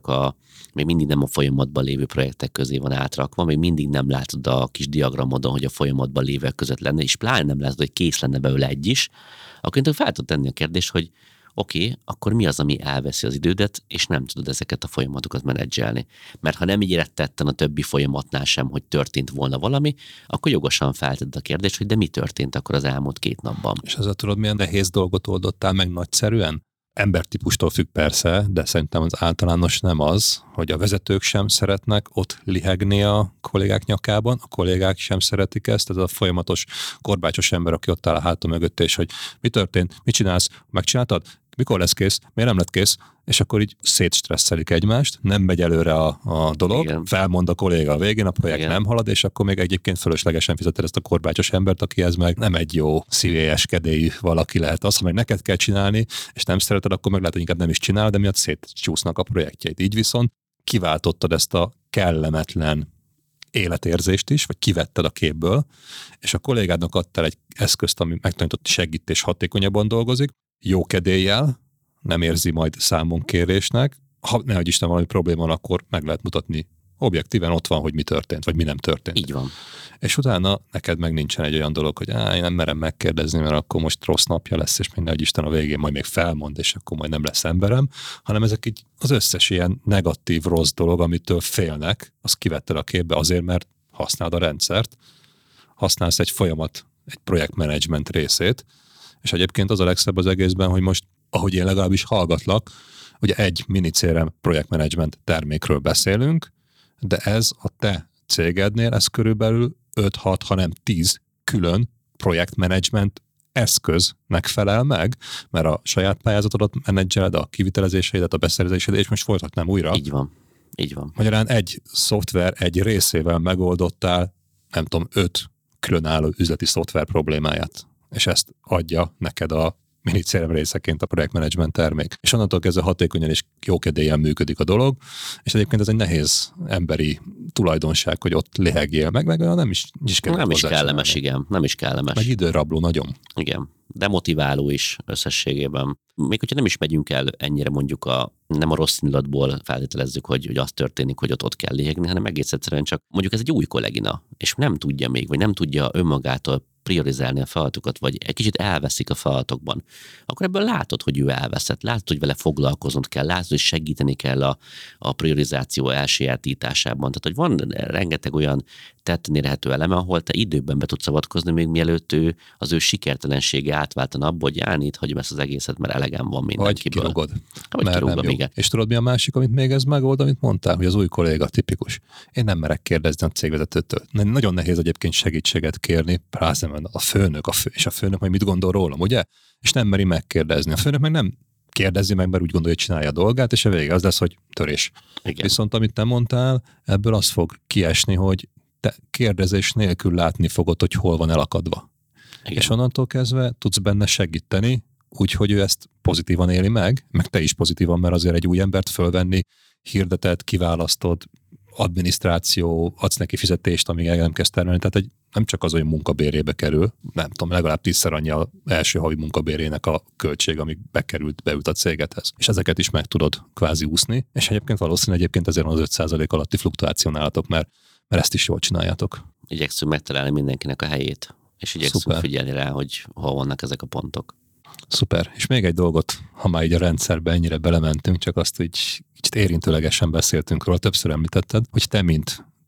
mindig nem a folyamatban lévő projektek közé van átrakva, még mindig nem látod a kis diagramodon, hogy a folyamatban lévők között lenne, és pláne nem látod, hogy kész lenne belőle egy is, akkor fel tudod tenni a kérdést, hogy oké, akkor mi az, ami elveszi az idődet, és nem tudod ezeket a folyamatokat menedzselni. Mert ha nem így tetten a többi folyamatnál sem, hogy történt volna valami, akkor jogosan feltedd a kérdést, hogy de mi történt akkor az elmúlt 2 napban. És ezzel tudod, milyen nehéz dolgot oldottál meg nagyszerűen? Embertípustól függ persze, de szerintem az általános nem az, hogy a vezetők sem szeretnek ott lihegni a kollégák nyakában, a kollégák sem szeretik ezt, ez a folyamatos korbácsos ember, aki ott áll a háta mögött, és hogy mi történt, mit csinálsz, megcsináltad, mikor lesz kész, miért nem lett kész, és akkor így szétstresszelik egymást, nem megy előre a dolog, igen. Felmond a kolléga a végén, a projekt igen. Nem halad, és akkor még egyébként fölöslegesen fizeted ezt a korbácsos embert, akihez meg nem egy jó szívélyes kedélyű valaki lehet. Azt, hogy neked kell csinálni, és nem szereted, akkor meg lehet, hogy inkább nem is csinálod, de miatt szétcsúsznak a projektjeit. Így viszont kiváltottad ezt a kellemetlen életérzést is, vagy kivetted a képből, és a kollégádnak adtál egy eszközt, ami megtanított, segít és hatékonyabban dolgozik, jó kedéllyel, nem érzi majd számonkérésnek, ha nehogy Isten valami probléma van, akkor meg lehet mutatni objektíven, ott van, hogy mi történt, vagy mi nem történt. Így van. És utána neked meg nincsen egy olyan dolog, hogy én nem merem megkérdezni, mert akkor most rossz napja lesz, és nehogy Isten a végén majd még felmond, és akkor majd nem lesz emberem, hanem ezek így az összes ilyen negatív, rossz dolog, amitől félnek, azt kivetted a képbe azért, mert használod a rendszert, használsz egy folyamat, egy projektmenedzsment részét, és egyébként az a legszebb az egészben, hogy most, ahogy én legalábbis hallgatlak, ugye egy minicérem projektmenedzsment termékről beszélünk, de ez a te cégednél, ez körülbelül 5-6, hanem 10 külön projektmenedzsment eszköznek felel meg, mert a saját pályázatodat menedzseled, a kivitelezéseidet, a beszerzéseidet, és most folytatnám újra. Így van. Így van. Magyarán egy szoftver egy részével megoldottál, nem tudom, 5 különálló üzleti szoftver problémáját. És ezt adja neked a minicérem részeként a projektmenedzsment termék. És onnantól kezdve hatékonyan és jókedéllyel működik a dolog, és egyébként ez egy nehéz emberi tulajdonság, hogy ott lehegjél meg olyan nem is kellemes, igen. Nem is kellemes. Meg időrabló nagyon. Igen. Demotiváló is összességében. Még hogyha nem is megyünk el ennyire mondjuk nem a rossz indulatból feltételezzük, hogy az történik, hogy ott kell lihegni, hanem egész egyszerűen csak mondjuk ez egy új kollégina, és nem tudja még, vagy nem tudja önmagától priorizálni a feladatokat, vagy egy kicsit elveszik a feladatokban, akkor ebből látod, hogy ő elveszett, látod, hogy vele foglalkoznod kell, látod, hogy segíteni kell a priorizáció elsajátításában. Tehát, hogy van rengeteg olyan tetten érhető eleme, ahol te időben be tudsz avatkozni, még mielőtt az ő sikertelensége átváltana abba, hogy itt hagyom ezt az egészet, mert elegem van mindenkiből. Vagy kirúgod. Igen. És tudod, mi a másik, amit még ez megold, amit mondtál, hogy az új kolléga tipikus. Én nem merek kérdezni a cégvezetőtől. Nagyon nehéz egyébként segítséget kérni, a főnök, és a főnök majd mit gondol rólam, ugye? És nem meri megkérdezni. A főnök meg nem kérdezi meg, mert úgy gondolja, hogy csinálja a dolgát, és a vége az lesz, hogy törés. Igen. Viszont amit te mondtál, ebből az fog kiesni, hogy te kérdezés nélkül látni fogod, hogy hol van elakadva. Igen. És onnantól kezdve tudsz benne segíteni, úgyhogy ő ezt pozitívan éli meg te is pozitívan, mert azért egy új embert fölvenni, hirdeted, kiválasztod, adminisztráció, adsz neki fizetést, amíg nem kezd termelni. Tehát nem csak az, hogy munkabérébe kerül, nem tudom, legalább 10-szer annyi az első havi munkabérének a költség, amíg beült a cégedhez. És ezeket is meg tudod kvázi úszni, és egyébként valószínűleg ezért van az 5% alatti fluktuáció nálatok, mert ezt is jól csináljátok. Igyekszünk megtalálni mindenkinek a helyét, és igyekszünk figyelni rá, hogy hol vannak ezek a pontok. Szuper. És még egy dolgot, ha már így a rendszerbe ennyire belementünk, csak azt így kicsit érintőlegesen beszéltünk róla, többször említetted, hogy te, mint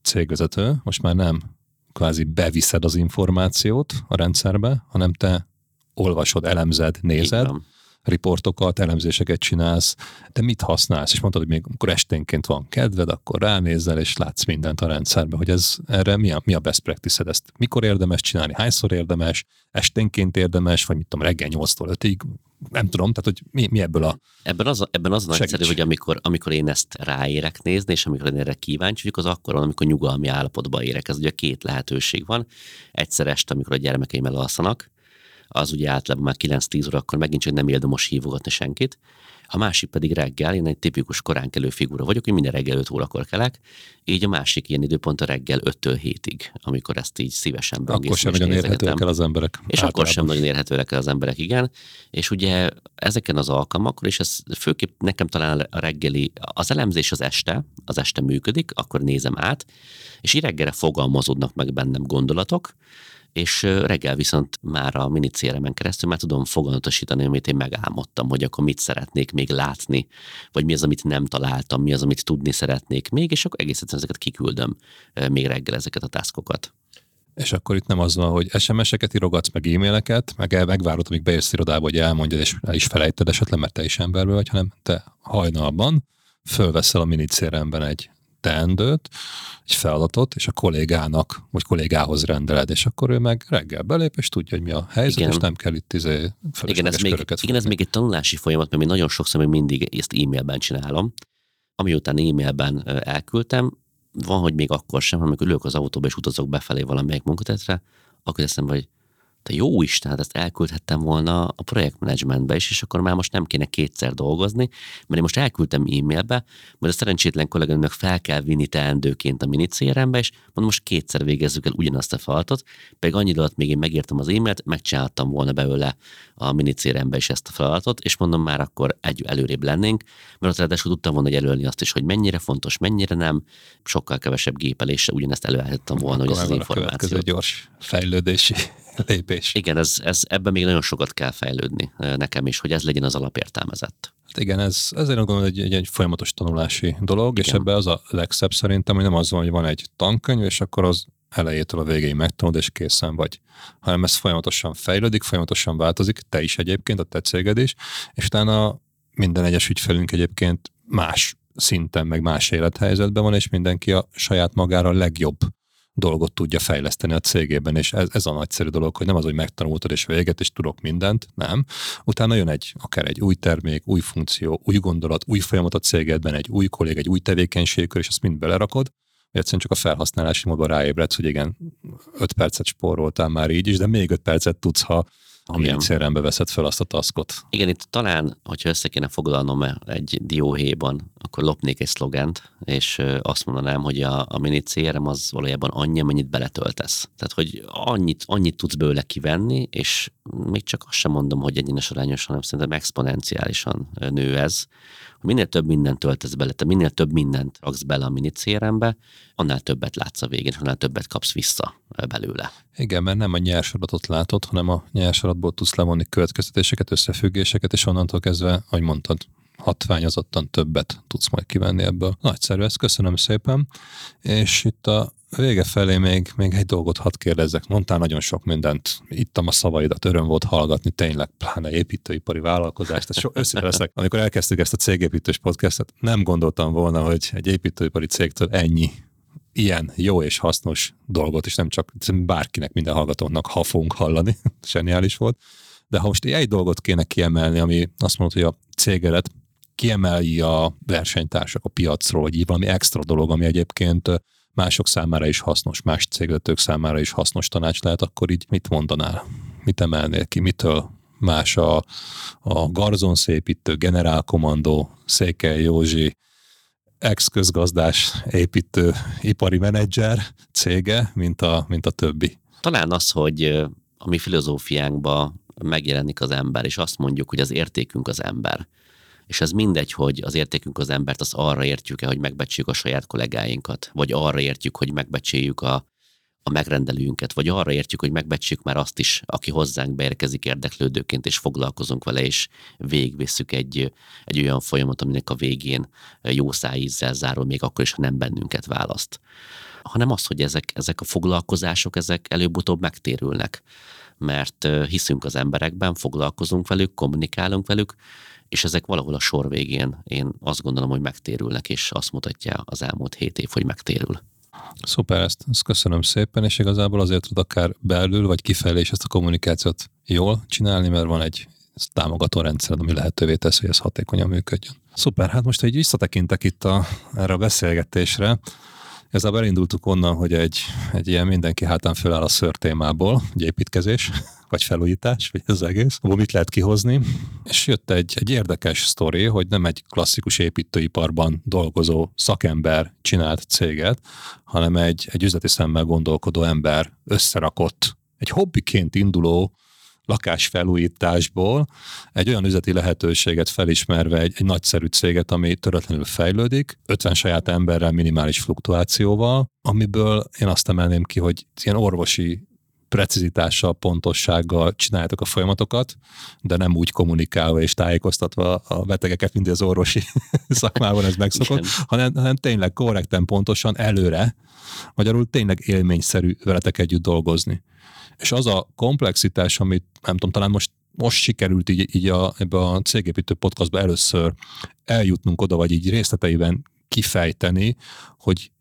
cégvezető most már nem kvázi beviszed az információt a rendszerbe, hanem te olvasod, elemzed, nézed, riportokat, elemzéseket csinálsz, de mit használsz? És mondtad, hogy még amikor esténként van kedved, akkor ránézel, és látsz mindent a rendszerbe, hogy erre mi a best practice-ed? Ezt mikor érdemes csinálni? Hányszor érdemes? Esténként érdemes? Vagy mit tudom, reggel 8-tól 5-ig? Nem tudom, tehát hogy mi ebből a... Ebben az a nagyszerű, hogy amikor én ezt ráérek nézni, és amikor én erre kíváncsi vagyok, az akkor van, amikor nyugalmi állapotba érek. Ez ugye két lehetőség van. Egyszer este, amikor a gyermekeim elalszanak, az ugye általában már 9-10 órakor megint csak nem érdemes hívogatni senkit. A másik pedig reggel, én egy tipikus koránkelő figura vagyok, hogy minden reggel 5 órakor kelek, így a másik ilyen időpont a reggel 5-től 7-ig, amikor ezt így szívesen akkor sem nagyon érhetőek el az emberek. És általában. Akkor sem nagyon érhetőek el az emberek, igen. És ugye ezeken az alkalmakkor, és ez főképp nekem talán a reggeli, az elemzés az este működik, akkor nézem át, és így reggelre fogalmazódnak meg bennem gondolatok, és reggel viszont már a mini CRM-en keresztül már tudom foganatosítani, amit én megálmodtam, hogy akkor mit szeretnék még látni, vagy mi az, amit nem találtam, mi az, amit tudni szeretnék még, és akkor egész egyszerűen ezeket kiküldöm még reggel ezeket a taskokat. És akkor itt nem az van, hogy SMS-eket írogatsz, meg e-maileket, meg megvárod, amíg beérsz irodába, hogy elmondjad, és el is felejted esetleg, mert te is emberből vagy, hanem te hajnalban fölveszel a mini CRM-ben egy teendőt, egy feladatot, és a kollégának, vagy kollégához rendeled, és akkor ő meg reggel belép, és tudja, hogy mi a helyzet, igen. És nem kell itt felesleges köröket igen, ez még egy tanulási folyamat, mert én nagyon sokszor még mindig ezt e-mailben csinálom. Amiután e-mailben elküldtem, van, hogy még akkor sem, amikor ülök az autóba, és utazok befelé valamelyik munkaterületre, akkor eszem, hogy te jó Isten, hát ezt elküldhettem volna a projektmenedzsmentbe is, és akkor már most nem kéne kétszer dolgozni, mert én most elküldtem e-mailbe, majd a szerencsétlen kolléganőnek fel kell vinni teendőként a mini CRM-be, és mondom, most kétszer végezzük el ugyanazt a feladatot, pedig annyi alatt még én megírtam az e-mailt, megcsináltam volna belőle a mini CRM-be is ezt a feladatot, és mondom, már akkor előrébb lennénk, mert ott ráadásul tudtam volna, hogy előlni azt is, hogy mennyire fontos, mennyire nem, sokkal kevesebb gépeléssel ugyanezt előállítottam volna, hogy ez az információ. Gyors fejlődési lépés. Igen, ebben még nagyon sokat kell fejlődni nekem is, hogy ez legyen az alapértelmezett. Hát igen, ezért gondolom, hogy egy folyamatos tanulási dolog, igen. És ebben az a legszebb szerintem, hogy nem az van, hogy van egy tankönyv, és akkor az elejétől a végéig megtanulod, és készen vagy. Hanem ez folyamatosan fejlődik, folyamatosan változik, te is egyébként, a te céged is, és utána minden egyes ügyfelünk egyébként más szinten, meg más élethelyzetben van, és mindenki a saját magára a legjobb dolgot tudja fejleszteni a cégében, és ez a nagyszerű dolog, hogy nem az, hogy megtanultad és véget, és tudok mindent, nem. Utána jön akár egy új termék, új funkció, új gondolat, új folyamat a cégedben, egy új kollég, egy új tevékenységkör, és azt mind belerakod, vagy egyszerűen csak a felhasználási módban ráébredsz, hogy igen, 5 percet spóroltál már így is, de még 5 percet tudsz, ha a CRM-be veszed fel azt a taskot. Igen, itt talán, hogyha össze kéne foglalnom egy dióhéjban, akkor lopnék egy szlogent, és azt mondanám, hogy a mini CRM az valójában annyi, amennyit beletöltesz. Tehát, hogy annyit tudsz belőle kivenni, és még csak azt sem mondom, hogy egyenes arányosan, hanem szerintem exponenciálisan nő ez. Minél több mindent töltesz bele, te minél több mindent raksz bele a mini CRM-be, annál többet látsz a végén, annál többet kapsz vissza belőle. Igen, mert nem a nyers adatot látod, hanem a nyers adatból tudsz levonni következtetéseket, összefüggéseket, és onnantól kezdve, ahogy mondtad, hatványozottan többet tudsz majd kivenni ebből. Nagyszerű, ezt köszönöm szépen. És itt a vége felé még egy dolgot hadd kérdezzek. Mondtál nagyon sok mindent. Ittam a szavaidat, öröm volt hallgatni, tényleg, pláne építőipari vállalkozást. Őszinte leszek, amikor elkezdtük ezt a cégépítős podcastet, nem gondoltam volna, hogy egy építőipari cégtől ennyi ilyen jó és hasznos dolgot, és nem csak bárkinek, minden hallgatónak, ha fogunk hallani. Zseniális volt. De ha most egy dolgot kéne kiemelni, ami azt mondod, hogy a cégedet kiemeli a versenytársak a piacról, hogy így valami extra dolog, ami egyébként mások számára is hasznos, más cégvezetők számára is hasznos tanács lehet, akkor így mit mondanál? Mit emelnél ki? Mitől más a garzonszépítő, generálkommandó, Székely Józsi, ex-közgazdás, építő, ipari menedzser cége, mint a többi? Talán az, hogy a mi filozófiánkban megjelenik az ember, és azt mondjuk, hogy az értékünk az ember. És ez mindegy, hogy az értékünk az embert, az arra értjük-e, hogy megbecsüljük a saját kollégáinkat, vagy arra értjük, hogy megbecsüljük a megrendelőnket, vagy arra értjük, hogy megbecsüljük már azt is, aki hozzánk beérkezik érdeklődőként, és foglalkozunk vele, és végigvisszük egy olyan folyamat, aminek a végén jó szájízzel zárul, még akkor is, ha nem bennünket választ. Hanem az, hogy ezek a foglalkozások, ezek előbb-utóbb megtérülnek, mert hiszünk az emberekben, foglalkozunk velük, kommunikálunk velük, és ezek valahol a sor végén én azt gondolom, hogy megtérülnek, és azt mutatja az elmúlt 7 év, hogy megtérül. Szuper, ezt köszönöm szépen, és igazából azért tud akár belül, vagy kifelé is ezt a kommunikációt jól csinálni, mert van egy támogató rendszer, ami lehetővé teszi, hogy ez hatékonyan működjön. Szuper, hát most így visszatekintek itt erre a beszélgetésre. Ezzel elindultuk onnan, hogy egy ilyen mindenki hátán föláll a szőr témából, egy építkezés, vagy felújítás, vagy az egész, abból mit lehet kihozni. És jött egy érdekes sztori, hogy nem egy klasszikus építőiparban dolgozó szakember csinált céget, hanem egy üzleti szemmel gondolkodó ember összerakott egy hobbiként induló lakásfelújításból egy olyan üzleti lehetőséget felismerve egy nagyszerű céget, ami töretlenül fejlődik, 50 saját emberrel, minimális fluktuációval, amiből én azt emelném ki, hogy ilyen orvosi precizitással, pontossággal csináljátok a folyamatokat, de nem úgy kommunikálva és tájékoztatva a betegeket, mint az orvosi szakmában ez megszokott, hanem tényleg korrekten, pontosan előre, magyarul tényleg élményszerű veletek együtt dolgozni. És az a komplexitás, amit nem tudom, talán most sikerült így ebbe a Cégépítő podcastba először eljutnunk oda, vagy így részleteiben kifejteni, hogy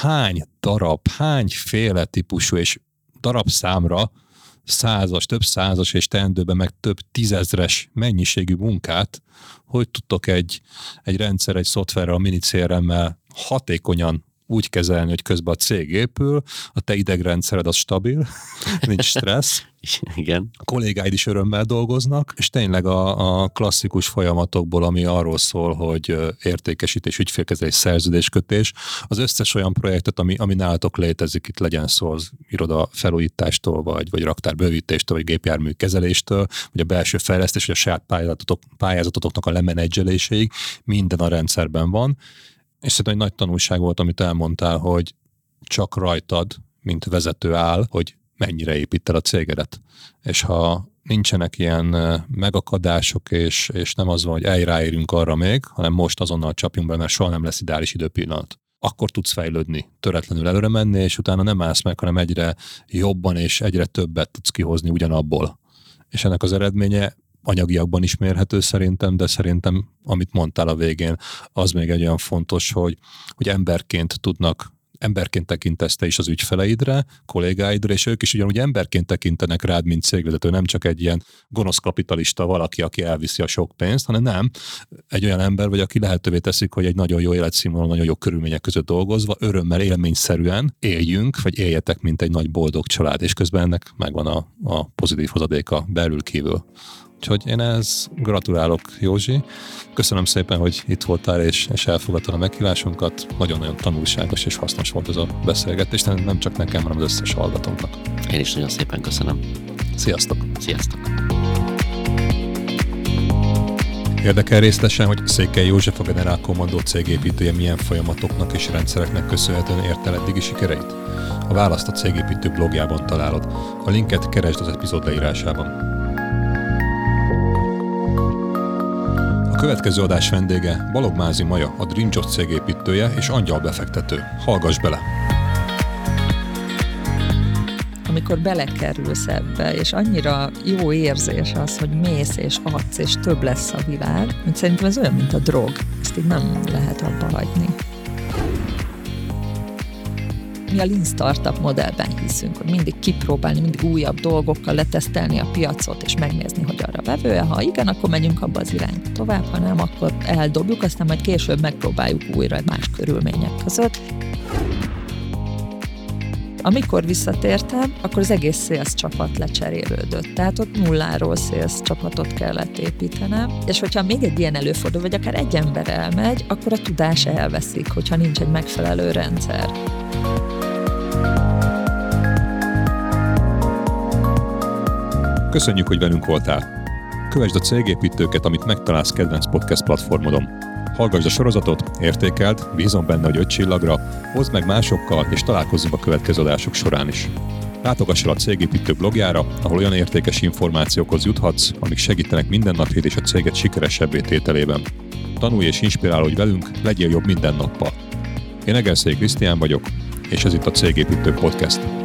hányféle típusú és darabszámra több százas és teendőben meg több tízezres mennyiségű munkát, hogy tudtok egy rendszer, egy szoftverrel, a mini CRM-mel hatékonyan úgy kezelni, hogy közben a cég épül, a te idegrendszered az stabil, nincs stressz. Igen. A kollégáid is örömmel dolgoznak, és tényleg a klasszikus folyamatokból, ami arról szól, hogy értékesítés, ügyfélkezelés, szerződéskötés, az összes olyan projektet, ami nálatok létezik, itt legyen szó az iroda felújítástól, vagy raktárbővítéstől, vagy gépjármű kezeléstől, vagy a belső fejlesztés, vagy a saját pályázatotoknak a lemenedzseléséig, minden a rendszerben van. És szerintem egy nagy tanulság volt, amit elmondtál, hogy csak rajtad, mint vezető áll, hogy mennyire épít el a cégedet. És ha nincsenek ilyen megakadások, és nem az van, hogy ráérünk arra még, hanem most azonnal csapjunk be, mert soha nem lesz ideális időpillanat. Akkor tudsz fejlődni, töretlenül előre menni, és utána nem állsz meg, hanem egyre jobban és egyre többet tudsz kihozni ugyanabból. És ennek az eredménye anyagiakban is mérhető szerintem, de szerintem, amit mondtál a végén, az még egy olyan fontos, hogy emberként tekintesz te is az ügyfeleidre, kollégáidra, és ők is ugyanúgy emberként tekintenek rád, mint cégvezető, nem csak egy ilyen gonosz kapitalista valaki, aki elviszi a sok pénzt, hanem nem, egy olyan ember vagy, aki lehetővé teszik, hogy egy nagyon jó életszínvonal, nagyon jó körülmények között dolgozva, örömmel, élményszerűen éljünk, vagy éljetek, mint egy nagy boldog család, és közben ennek megvan a pozitív hozadéka belül kívül. Úgyhogy én ehhez gratulálok, Józsi. Köszönöm szépen, hogy itt voltál és elfogadtad a meghívásunkat. Nagyon-nagyon tanulságos és hasznos volt ez a beszélgetés, nem csak nekem, hanem az összes hallgatónknak. Én is nagyon szépen köszönöm. Sziasztok! Sziasztok! Érdekel részletesen, hogy Székely József, a Generál Commando cégépítője milyen folyamatoknak és rendszereknek köszönhetően ért el eddigi sikereit? A választ a Cégépítő blogjában találod. A linket keresd az epizód leírásában. A következő adás vendége Balogh Mázi Maja, a Dream Job cégépítője és angyal befektető. Hallgass bele! Amikor belekerülsz ebbe, és annyira jó érzés az, hogy mész és adsz, és több lesz a világ, mint szerintem ez olyan, mint a drog. Ezt így nem lehet abba hagyni. Mi a Lean Startup modellben hiszünk, hogy mindig kipróbálni, mindig újabb dolgokkal letesztelni a piacot, és megnézni, hogy arra vevő-e. Ha igen, akkor megyünk abba az irányba tovább, ha nem, akkor eldobjuk, aztán majd később megpróbáljuk újra más körülmények között. Amikor visszatértem, akkor az egész sales csapat lecserélődött. Tehát ott nulláról sales csapatot kellett építenem, és hogyha még egy ilyen előfordul, vagy akár egy ember elmegy, akkor a tudás elveszik, hogyha nincs egy megfelelő rendszer. Köszönjük, hogy velünk voltál! Kövesd a Cégépítőket, amit megtalálsz kedvenc podcast platformodon. Hallgassd a sorozatot, értékeld, bízom benne, hogy 5 csillagra, hozd meg másokkal, és találkozzunk a következő adások során is. Látogass el a Cégépítő blogjára, ahol olyan értékes információkhoz juthatsz, amik segítenek mindennapjét és a céget sikeresebbé tételében. Tanulj és inspirálódj velünk, legyél jobb minden nappal. Én Egerszegi Krisztián vagyok, és ez itt a Cégépítő Podcast.